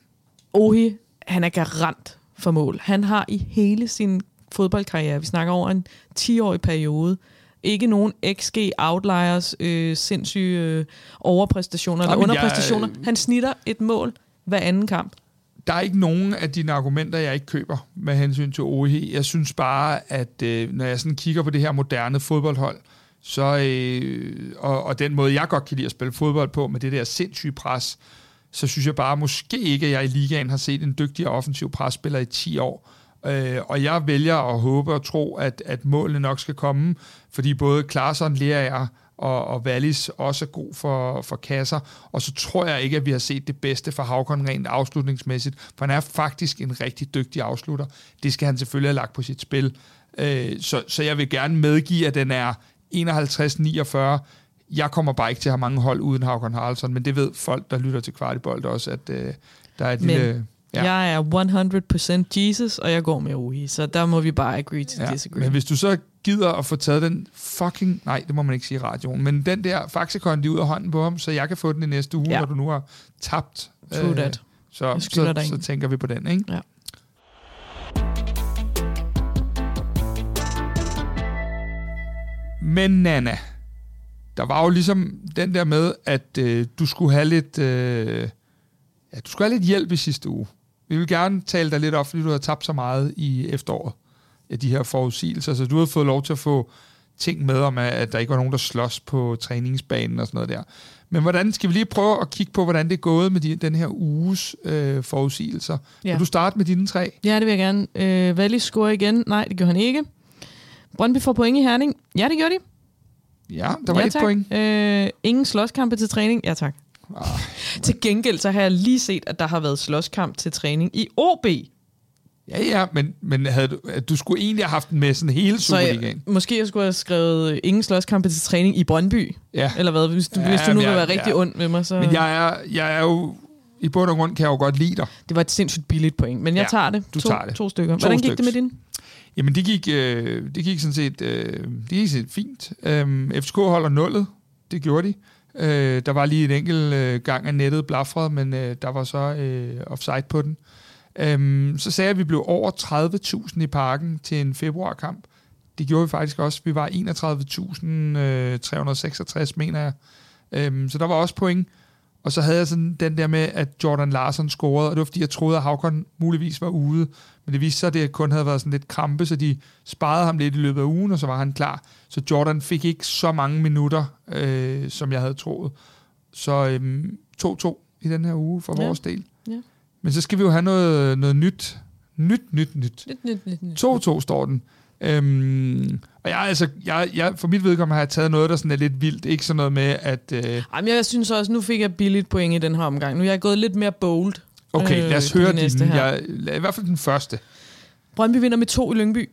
Ohi, han er garant for mål. Han har i hele sin fodboldkarriere, vi snakker over en ti-årig periode, ikke nogen X G outliers, øh, sindssyge øh, overpræstationer eller underpræstationer. Jeg, han snitter et mål hver anden kamp. Der er ikke nogen af dine argumenter, jeg ikke køber med hensyn til Ohi. Jeg synes bare, at øh, når jeg sådan kigger på det her moderne fodboldhold, så, øh, og, og den måde, jeg godt kan lide at spille fodbold på, med det der sindssyge pres, så synes jeg bare måske ikke, at jeg i ligaen har set en dygtig offensiv presspiller i ti år. Øh, og jeg vælger at håbe og tro, at, at målene nok skal komme, fordi både Klaarsson, Lerager og, og Wallis også er god for, for kasser, og så tror jeg ikke, at vi har set det bedste for Håkon rent afslutningsmæssigt, for han er faktisk en rigtig dygtig afslutter. Det skal han selvfølgelig have lagt på sit spil. Øh, så, så jeg vil gerne medgive, at den er enoghalvtreds niogfyrre. Jeg kommer bare ikke til at have mange hold uden Håkon Haraldsson, men det ved folk, der lytter til Kvartibold også, at øh, der er et men, lille... Ja. Jeg er hundrede procent Jesus, og jeg går med Ohi, så der må vi bare agree to ja. disagree. Men hvis du så gider at få taget den fucking... Nej, det må man ikke sige i radioen, men den der Faxe-kondi ud af hånden på ham, så jeg kan få den i næste uge, ja. når du nu har tabt. True øh, that. Så, så, så, så tænker vi på den, ikke? Ja. Men Nana, der var jo ligesom den der med, at øh, du skulle have lidt... Øh, ja, du skulle have lidt hjælp i sidste uge. Vi vil gerne tale dig lidt op, fordi du har tabt så meget i efteråret af de her forudsigelser, så du har fået lov til at få ting med om, at der ikke var nogen, der slås på træningsbanen og sådan noget der. Men hvordan skal vi lige prøve at kigge på, hvordan det er gået med de, den her uges øh, forudsigelser? Ja. Vil du starte med dine tre? Ja, det vil jeg gerne. Øh, Wallis scorer igen. Nej, det gør han ikke. Brøndby får point i Herning. Ja, det gør de. Ja, der var ja, et tak. point. Øh, ingen slåskampe til træning. Ja, tak. Ah. Til gengæld, så har jeg lige set, at der har været slåskamp til træning i O B. Ja, ja, men, men havde du, du skulle egentlig have haft den med sådan hele Superligaen. Måske jeg skulle have skrevet ingen slåskampe til træning i Brøndby. Ja. Eller hvad, hvis du, ja, hvis du nu vil være rigtig ja. ond ved mig. Så... Men jeg er, jeg er jo, i bund og grund kan jeg jo godt lide dig. Det var et sindssygt billigt point, men jeg ja, tager det. Du to, tager det. To stykker. Hvordan gik styks. det med din? Jamen, det gik, øh, det gik sådan set, øh, det gik set fint. Øhm, F C K holder nullet. Det gjorde de. Øh, der var lige en enkelt øh, gang af nettet blafret, men øh, der var så øh, offside på den. Øhm, så sagde jeg, at vi blev over tredive tusind i parken til en februarkamp. Det gjorde vi faktisk også. Vi var enogtredive tusind tre hundrede og seksogtres, mener jeg. Øhm, så der var også point. Og så havde jeg sådan den der med, at Jordan Larsen scorede, og det var fordi, jeg troede, at Havkon muligvis var ude. Men det viste sig, at det kun havde været sådan lidt krampe, så de sparede ham lidt i løbet af ugen, og så var han klar. Så Jordan fik ikke så mange minutter, øh, som jeg havde troet. Så øhm, to to i den her uge for ja. vores del. Ja. Men så skal vi jo have noget, noget nyt. Nyt, nyt, nyt. Nyt, nyt, nyt, nyt. to to står den. Øhm, og jeg, altså, jeg, jeg, for mit vedkommende har jeg taget noget, der sådan er lidt vildt. Ikke sådan noget med, at... Øh... Jamen, jeg synes også, nu fik jeg billigt point i den her omgang. Nu er jeg gået lidt mere bold. Okay, øh, lad os høre din. Jeg, I hvert fald den første. Brøndby vinder med to i Lyngby.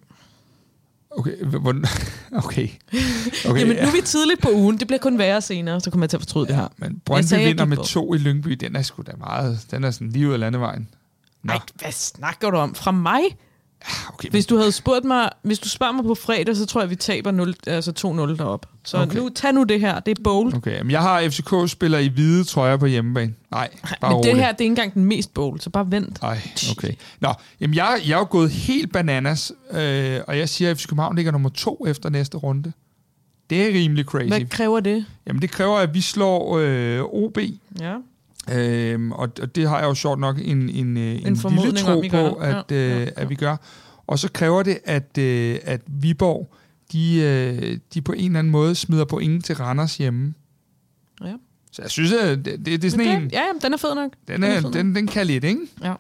Okay, hvordan? Okay. okay. Jamen, nu er vi tidligt på ugen. Det bliver kun værre senere, så kommer jeg til at fortryde ja, det her. Men Brøndby sagde, vinder med to i Lyngby. Den er sgu da meget... Den er sådan lige ud af landevejen. Nej, hvad snakker du om? Fra mig? Okay, hvis du havde spurgt mig, hvis du spørger mig på fredag, så tror jeg, vi taber nul, altså to nul derop. Så okay. nu, tag nu det her. Det er bold. Okay, men jeg har F C K-spiller i hvide trøjer på hjemmebane. Nej, bare men roligt. det her, det er ikke engang den mest bold, så bare vent. Nej, okay. Nå, jamen jeg, jeg er jo gået helt bananas, øh, og jeg siger, at F C København ligger nummer to efter næste runde. Det er rimelig crazy. Hvad kræver det? Jamen det kræver, at vi slår øh, O B. Ja. Øhm, og, og det har jeg jo sjovt nok en, en, en, en lille tro om, på, at, ja, ja, ja. at vi gør. Og så kræver det, at, øh, at Viborg, de, øh, de på en eller anden måde smider point til Randers hjemme. Ja. Så jeg synes, at det, det, det er sådan okay. en... Ja, jamen, den er fed nok. Den, er, den, den, den kan lidt, ikke? Ja.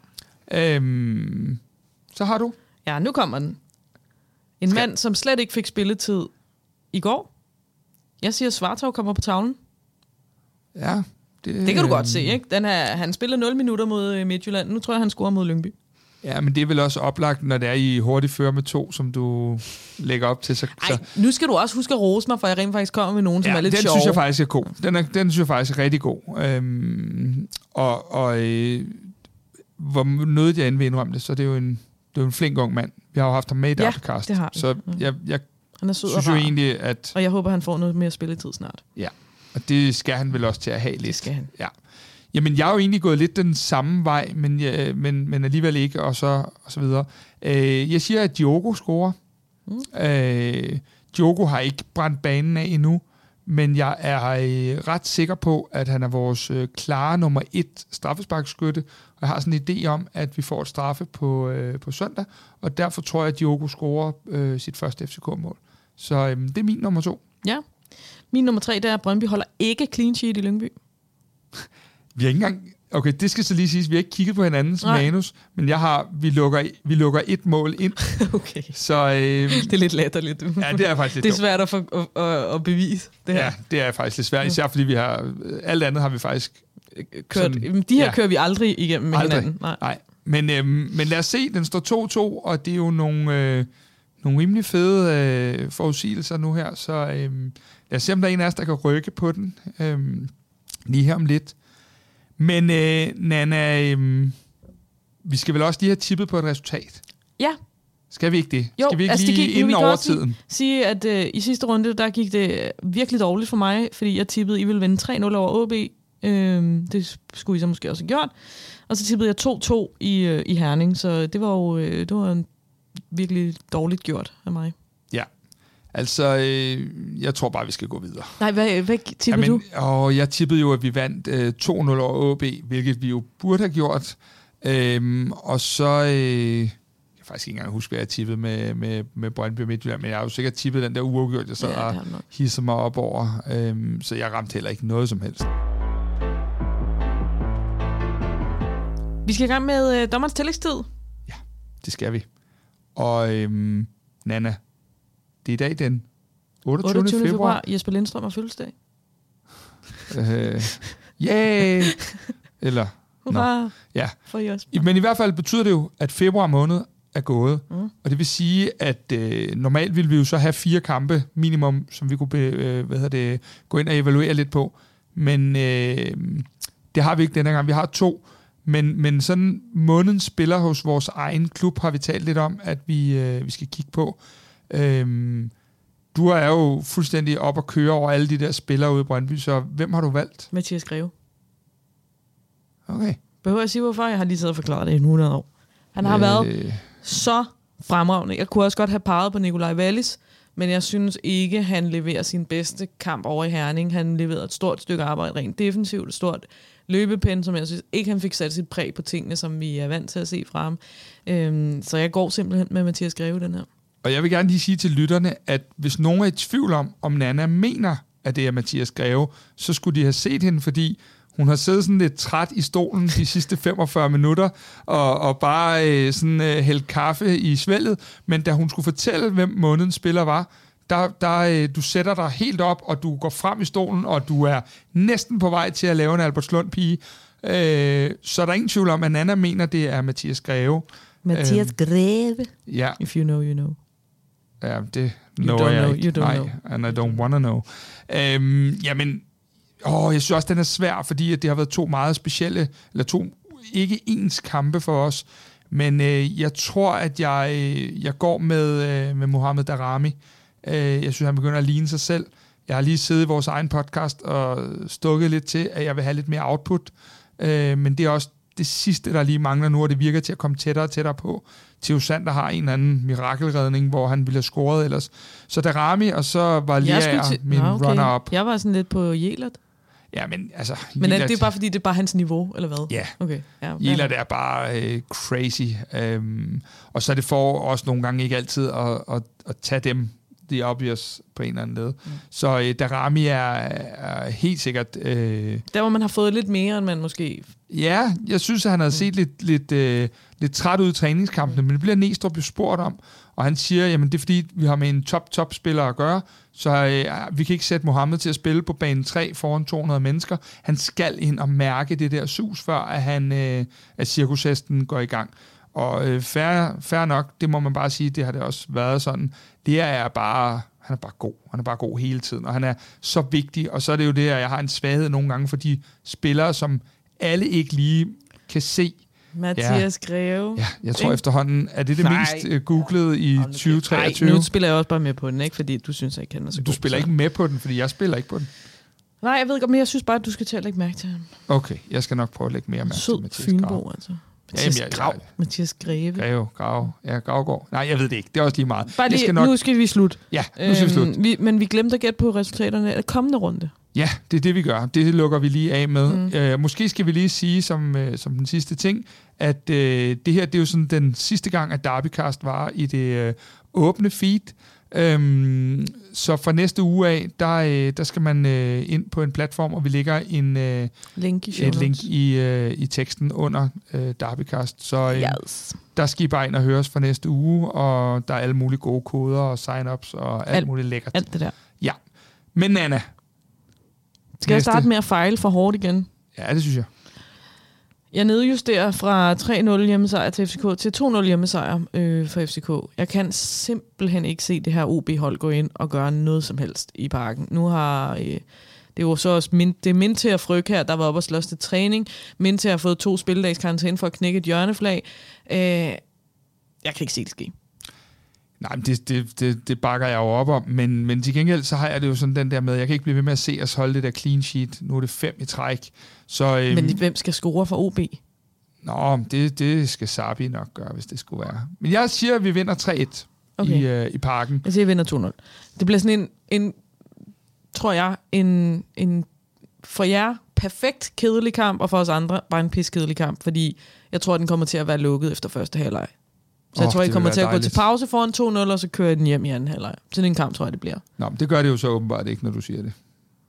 Øhm, så har du? Ja, nu kommer den. En Skal... mand, som slet ikke fik spilletid i går. Jeg siger, at Svartov kommer på tavlen. Ja. Det, det kan du godt se, ikke? Den her, han spiller nul minutter mod Midtjylland. Nu tror jeg, han scorer mod Lyngby. Ja, men det er vel også oplagt, når det er i hurtigt føre med to, som du lægger op til. Så, Ej, nu skal du også huske at rose mig, for jeg rent faktisk kommer med nogen, som ja, er lidt den sjove. synes jeg faktisk er god. Den, er, den synes jeg faktisk er rigtig god. Øhm, og og øh, hvor nødigt jeg end vil indrømme det, så det er jo en, det er jo en flink ung mand. Vi har jo haft ham med i ja, Daftcast. det har vi. Så jeg, jeg han er sød synes jo egentlig, at... Og jeg håber, han får noget mere spilletid snart. Ja, og det skal han vel også til at have lidt. Det skal han. Ja. Jamen, jeg har jo egentlig gået lidt den samme vej, men, ja, men, men alligevel ikke, og så, og så videre. Øh, jeg siger, at Diogo scorer. Mm. Øh, Diogo har ikke brændt banen af endnu, men jeg er øh, ret sikker på, at han er vores øh, klare nummer et straffesparkskytte, og jeg har sådan en idé om, at vi får et straffe på, øh, på søndag, og derfor tror jeg, at Diogo scorer øh, sit første F C K-mål. Så øh, det er min nummer to. Ja. Min nummer tre, der er, at Brøndby holder ikke clean sheet i Lyngby. Vi har ikke engang... Okay, det skal så lige siges, vi har ikke kigget på hinandens Nej. manus, men jeg har, vi lukker, vi lukker et mål ind. Okay. Så, øh, det er lidt latterligt. Ja, det er faktisk lidt Det er svært at, for, at, at, at bevise, det her. Ja, det er faktisk lidt svært, især fordi vi har... Alt andet har vi faktisk... Kørt, sådan, de her ja. kører vi aldrig igennem med aldrig. hinanden. Nej. Nej. Men, øh, men lad os se, den står to to, og det er jo nogle, øh, nogle rimelig fede øh, forudsigelser nu her, så øh, lad os se, om der er en af os, der kan rykke på den øh, lige her om lidt. Men øh, Nana, øh, vi skal vel også lige have tippet på et resultat? Ja. Skal vi ikke det? Jo, skal vi ikke altså lige det gik, inden over sige, tiden? sige, at øh, i sidste runde, der gik det virkelig dårligt for mig, fordi jeg tippede, I ville vinde tre nul over O B. Øhm, det skulle I så måske også have gjort. Og så tippede jeg to to i, øh, i Herning, så det var jo øh, det var en virkelig dårligt gjort af mig. Ja, altså, øh, jeg tror bare, vi skal gå videre. Nej, hvad, hvad tippede Jamen, du? Og jeg tippede jo, at vi vandt øh, to nul over O B, hvilket vi jo burde have gjort. Øhm, og så... Øh, jeg kan faktisk ikke engang huske, hvad jeg tippede med, med, med Brøndby og Midtjylland, men jeg har jo sikkert tippet den der uafgjort, jeg så ja, og hisser mig op over. Øhm, så jeg ramte heller ikke noget som helst. Vi skal i gang med øh, dommerens tillægstid. Ja, det skal vi. Og øhm, Nana, det er i dag den otteogtyvende februar. Jesper Lindstrøm har fødselsdag. øh, yeah! Eller... Hurra ja. For Jesper. Men i hvert fald betyder det jo, at februar måned er gået. Mm. Og det vil sige, at øh, normalt ville vi jo så have fire kampe minimum, som vi kunne be, øh, hvad hedder det, gå ind og evaluere lidt på. Men øh, det har vi ikke denne gang. Vi har to. Men, men sådan måneden spiller hos vores egen klub, har vi talt lidt om, at vi, øh, vi skal kigge på. Øhm, du er jo fuldstændig op og køre over alle de der spillere ude i Brøndby, så hvem har du valgt? Mathias Greve. Okay. Behøver jeg sige, hvorfor? Jeg har lige siddet og forklaret det i hundrede år. Han har øh... været så fremragende. Jeg kunne også godt have peget på Nikolaj Wallis, men jeg synes ikke, han leverer sin bedste kamp over i Herning. Han leverede et stort stykke arbejde rent defensivt, et stort løbepen, som jeg synes ikke, han fik sat sit præg på tingene, som vi er vant til at se fra ham. Øhm, så jeg går simpelthen med Mathias Greve, den her. Og jeg vil gerne lige sige til lytterne, at hvis nogen er i tvivl om, om Nana mener, at det er Mathias Greve, så skulle de have set hende, fordi hun har siddet sådan lidt træt i stolen de sidste femogfyrre minutter, og, og bare øh, sådan øh, hældt kaffe i svælget. Men da hun skulle fortælle, hvem månedens spiller var, der, der øh, du sætter dig helt op, og du går frem i stolen, og du er næsten på vej til at lave en Albertslund-pige. Øh, så er der ingen tvivl om, at Nana mener, det er Mathias Greve. Mathias øh, Greve. Ja. If you know, you know. Ja, det know jeg know, ikke. You don't Nej, know. and I don't wanna know. Øhm, jamen, åh, jeg synes også, den er svær, fordi at det har været to meget specielle, eller to ikke ens kampe for os. Men øh, jeg tror, at jeg, øh, jeg går med, øh, med Mohamed Daramy. Øh, jeg synes, han begynder at ligne sig selv. Jeg har lige siddet i vores egen podcast og stukket lidt til, at jeg vil have lidt mere output. Øh, men det er også det sidste, der lige mangler nu, og det virker til at komme tættere og tættere på. Theo Sander har en eller anden mirakelredning, hvor han ville have scoret ellers. Så Daramy, og så var Lea til... min Nå, okay. runner-up. Jeg var sådan lidt på Jelert. Ja, men altså... Men er det bare, fordi det er bare hans niveau, eller hvad? Ja. Okay. Ja, Jelert er bare øh, crazy. Øhm, og så er det for os nogle gange ikke altid at, at, at tage dem, the obvious, på en eller anden led. Mm. Så øh, Daramy er, er helt sikkert... Øh, der, hvor man har fået lidt mere, end man måske... Ja, jeg synes, at han havde set mm. lidt, lidt, øh, lidt træt ud i træningskampene, mm. men det bliver Næstrup jo spurgt om, og han siger, jamen det er fordi, vi har med en top-top-spiller at gøre, så øh, vi kan ikke sætte Mohamed til at spille på bane tre foran to hundrede mennesker. Han skal ind og mærke det der sus, før at, han, øh, at cirkushesten går i gang. Og øh, fair, fair nok, det må man bare sige, det har det også været sådan. Det er bare... Han er bare god. Han er bare god hele tiden, og han er så vigtig, og så er det jo det, at jeg har en svaghed nogle gange for de spillere, som alle ikke lige kan se. Mathias ja. Greve. Ja, jeg tror efterhånden, er det det Nej. mest uh, googlede i tyve treogtyve? Nej, nu spiller jeg også bare med på den, ikke? Fordi du synes, jeg kender så Du god, spiller så. ikke med på den, fordi jeg spiller ikke på den. Nej, jeg ved ikke, men jeg synes bare, at du skal til at lægge mærke til ham. Okay, jeg skal nok prøve at lægge mere mærke Sød til Mathias Fynbo, Grav. altså. Mathias Jamen, jeg, Grav. jeg, Mathias Greve. Greve, Grav. Ja, Gravgaard. Nej, jeg ved det ikke. Det er også lige meget. Bare lige, skal nok... nu skal vi slutte. Ja, nu skal vi slutte. Øhm, vi, men vi glemte at gætte på resultaterne af kommende runde. Ja, det er det, vi gør. Det lukker vi lige af med. Mm. Øh, måske skal vi lige sige som, øh, som den sidste ting, at øh, det her det er jo sådan den sidste gang, at Derbycast var i det øh, åbne feed. Øhm, så fra næste uge af, der, øh, der skal man øh, ind på en platform, og vi lægger en, øh, link i et link i, øh, i teksten under øh, Derbycast. Så øh, yes. der skal I bare ind og høre os for næste uge, og der er alle mulige gode koder og sign-ups og alt, alt muligt lækkert. Alt det der. Ja. Men Nana, skal næste. Jeg starte med at fejle for hårdt igen? Ja, det synes jeg. Jeg nedjusterer fra tre nul hjemmesejr til F C K til to nul hjemmesejr øh, for F C K. Jeg kan simpelthen ikke se det her O B-hold gå ind og gøre noget som helst i parken. Nu har øh, Det er jo så også min, det er Minty og Fryg her, der var oppe og slås til træning. Minty har fået to spilledags karantæne for at knække et hjørneflag. Øh, jeg kan ikke se det ske. Nej, men det, det, det, det bakker jeg jo op om, men, men til gengæld så har jeg det jo sådan den der med, jeg kan ikke blive ved med at se os holde det der clean sheet. Nu er det fem i træk. Så, øhm, men hvem skal score for O B? Nå, det, det skal Sabi nok gøre, hvis det skulle være. Men jeg siger, at vi vinder tre et okay. i, øh, i Parken. Jeg siger, at vi vinder to nul. Det bliver sådan en, en tror jeg, en, en for jer perfekt kedelig kamp, og for os andre bare en piskedelig kamp, fordi jeg tror, den kommer til at være lukket efter første halvleg. Så jeg oh, tror, I kommer til at dejligt. gå til pause foran to nul, og så kører jeg den hjem i anden halvleg. Sådan en kamp, tror jeg, det bliver. Nå, men det gør det jo så åbenbart ikke, når du siger det.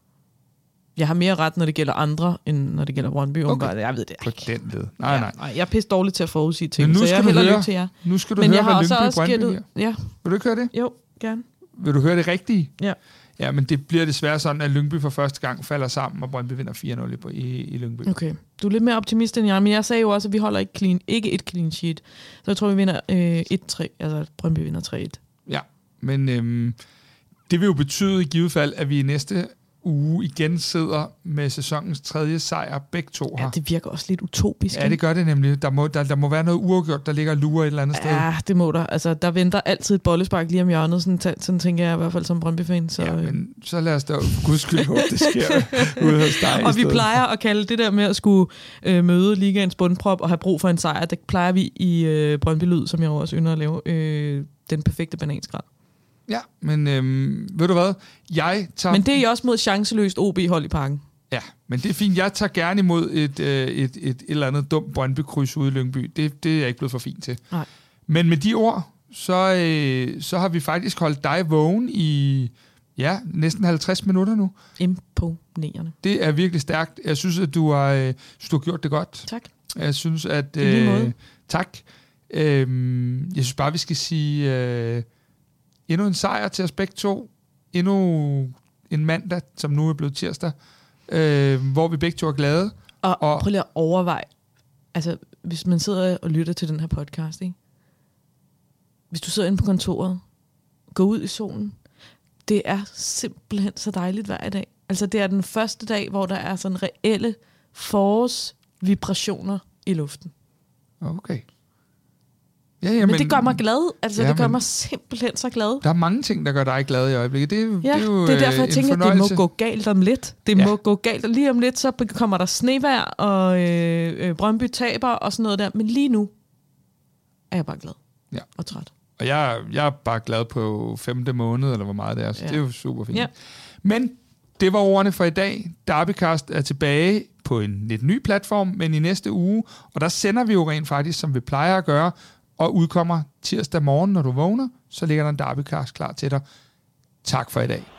Jeg har mere ret, når det gælder andre, end når det gælder Brøndby. Okay. Jeg ved det ikke. På den led. Nej, nej. Ja, jeg er pisse dårlig til at forudsige ting, så jeg hælder lykke til jer. Nu skal du men høre, jeg har hvad Lyngby Brøndby gættet, ja. Vil du ikke høre det? Jo, gerne. Vil du høre det rigtige? Ja. Ja, men det bliver desværre sådan, at Lyngby for første gang falder sammen, og Brøndby vinder fire nul i, i, i Lyngby. Okay. Du er lidt mere optimist end jeg, men jeg sagde jo også, at vi holder ikke, clean, ikke et clean sheet. Så jeg tror, vi vinder øh, et tre. Altså, Brøndby vinder tre et. Ja, men øhm, det vil jo betyde i givet fald, at vi i næste uge igen sidder med sæsonens tredje sejr, begge to her. Ja, det virker også lidt utopisk. Ja, det gør det nemlig. Der må, der, der må være noget uafgjort, der ligger og lurer et eller andet ja, sted. Ja, det må der. Altså, der venter altid et bollespark lige om hjørnet, sådan, sådan tænker jeg i hvert fald som Brøndby-fan. Så, ja, men så lad os da for guds skyld håbe, det sker ude hos dig. Og vi plejer at kalde det der med at skulle øh, møde ligaens bundprop og have brug for en sejr, det plejer vi i øh, Brøndby-lyd, som jeg også ynder at lave, øh, den perfekte bananskrald. Ja, men øhm, ved du hvad? Jeg tager... Men det er jo også mod chanceløst O B-hold i Parken. Ja, men det er fint. Jeg tager gerne imod et, øh, et, et, et eller andet dumt Brøndby-kryds ude i Lyngby. Det, det er jeg ikke blevet for fint til. Nej. Men med de ord, så, øh, så har vi faktisk holdt dig vågen i ja, næsten halvtreds minutter nu. Imponerende. Det er virkelig stærkt. Jeg synes, at du har, øh, synes, du har gjort det godt. Tak. Jeg synes, at... Øh, tak. Øh, jeg synes bare, vi skal sige... Øh, endnu en sejr til os begge to. Endnu en mandag, som nu er blevet tirsdag, øh, hvor vi begge to er glade. Og, og prøv lige at overveje, altså hvis man sidder og lytter til den her podcast, ikke? Hvis du sidder inde på kontoret, gå ud i solen, det er simpelthen så dejligt hver dag. Altså det er den første dag, hvor der er sådan reelle forårsvibrationer i luften. Okay. Ja, ja, men, men det gør mig glad. Altså, ja, det gør mig simpelthen så glad. Der er mange ting, der gør dig glad i øjeblikket. Det er, ja, det er jo det er derfor, jeg tænker, at det må gå galt om lidt. Det ja. må gå galt. Og lige om lidt, så kommer der snevejr, og øh, øh, Brøndby taber, og sådan noget der. Men lige nu er jeg bare glad ja. og træt. Og jeg, jeg er bare glad på femte måned, eller hvor meget det er. Så ja. det er jo super fint. Ja. Men det var ordene for i dag. Derbycast er tilbage på en lidt ny platform, men i næste uge. Og der sender vi jo rent faktisk, som vi plejer at gøre, og udkommer tirsdag morgen, når du vågner, så ligger der en Derbycast klar til dig. Tak for i dag.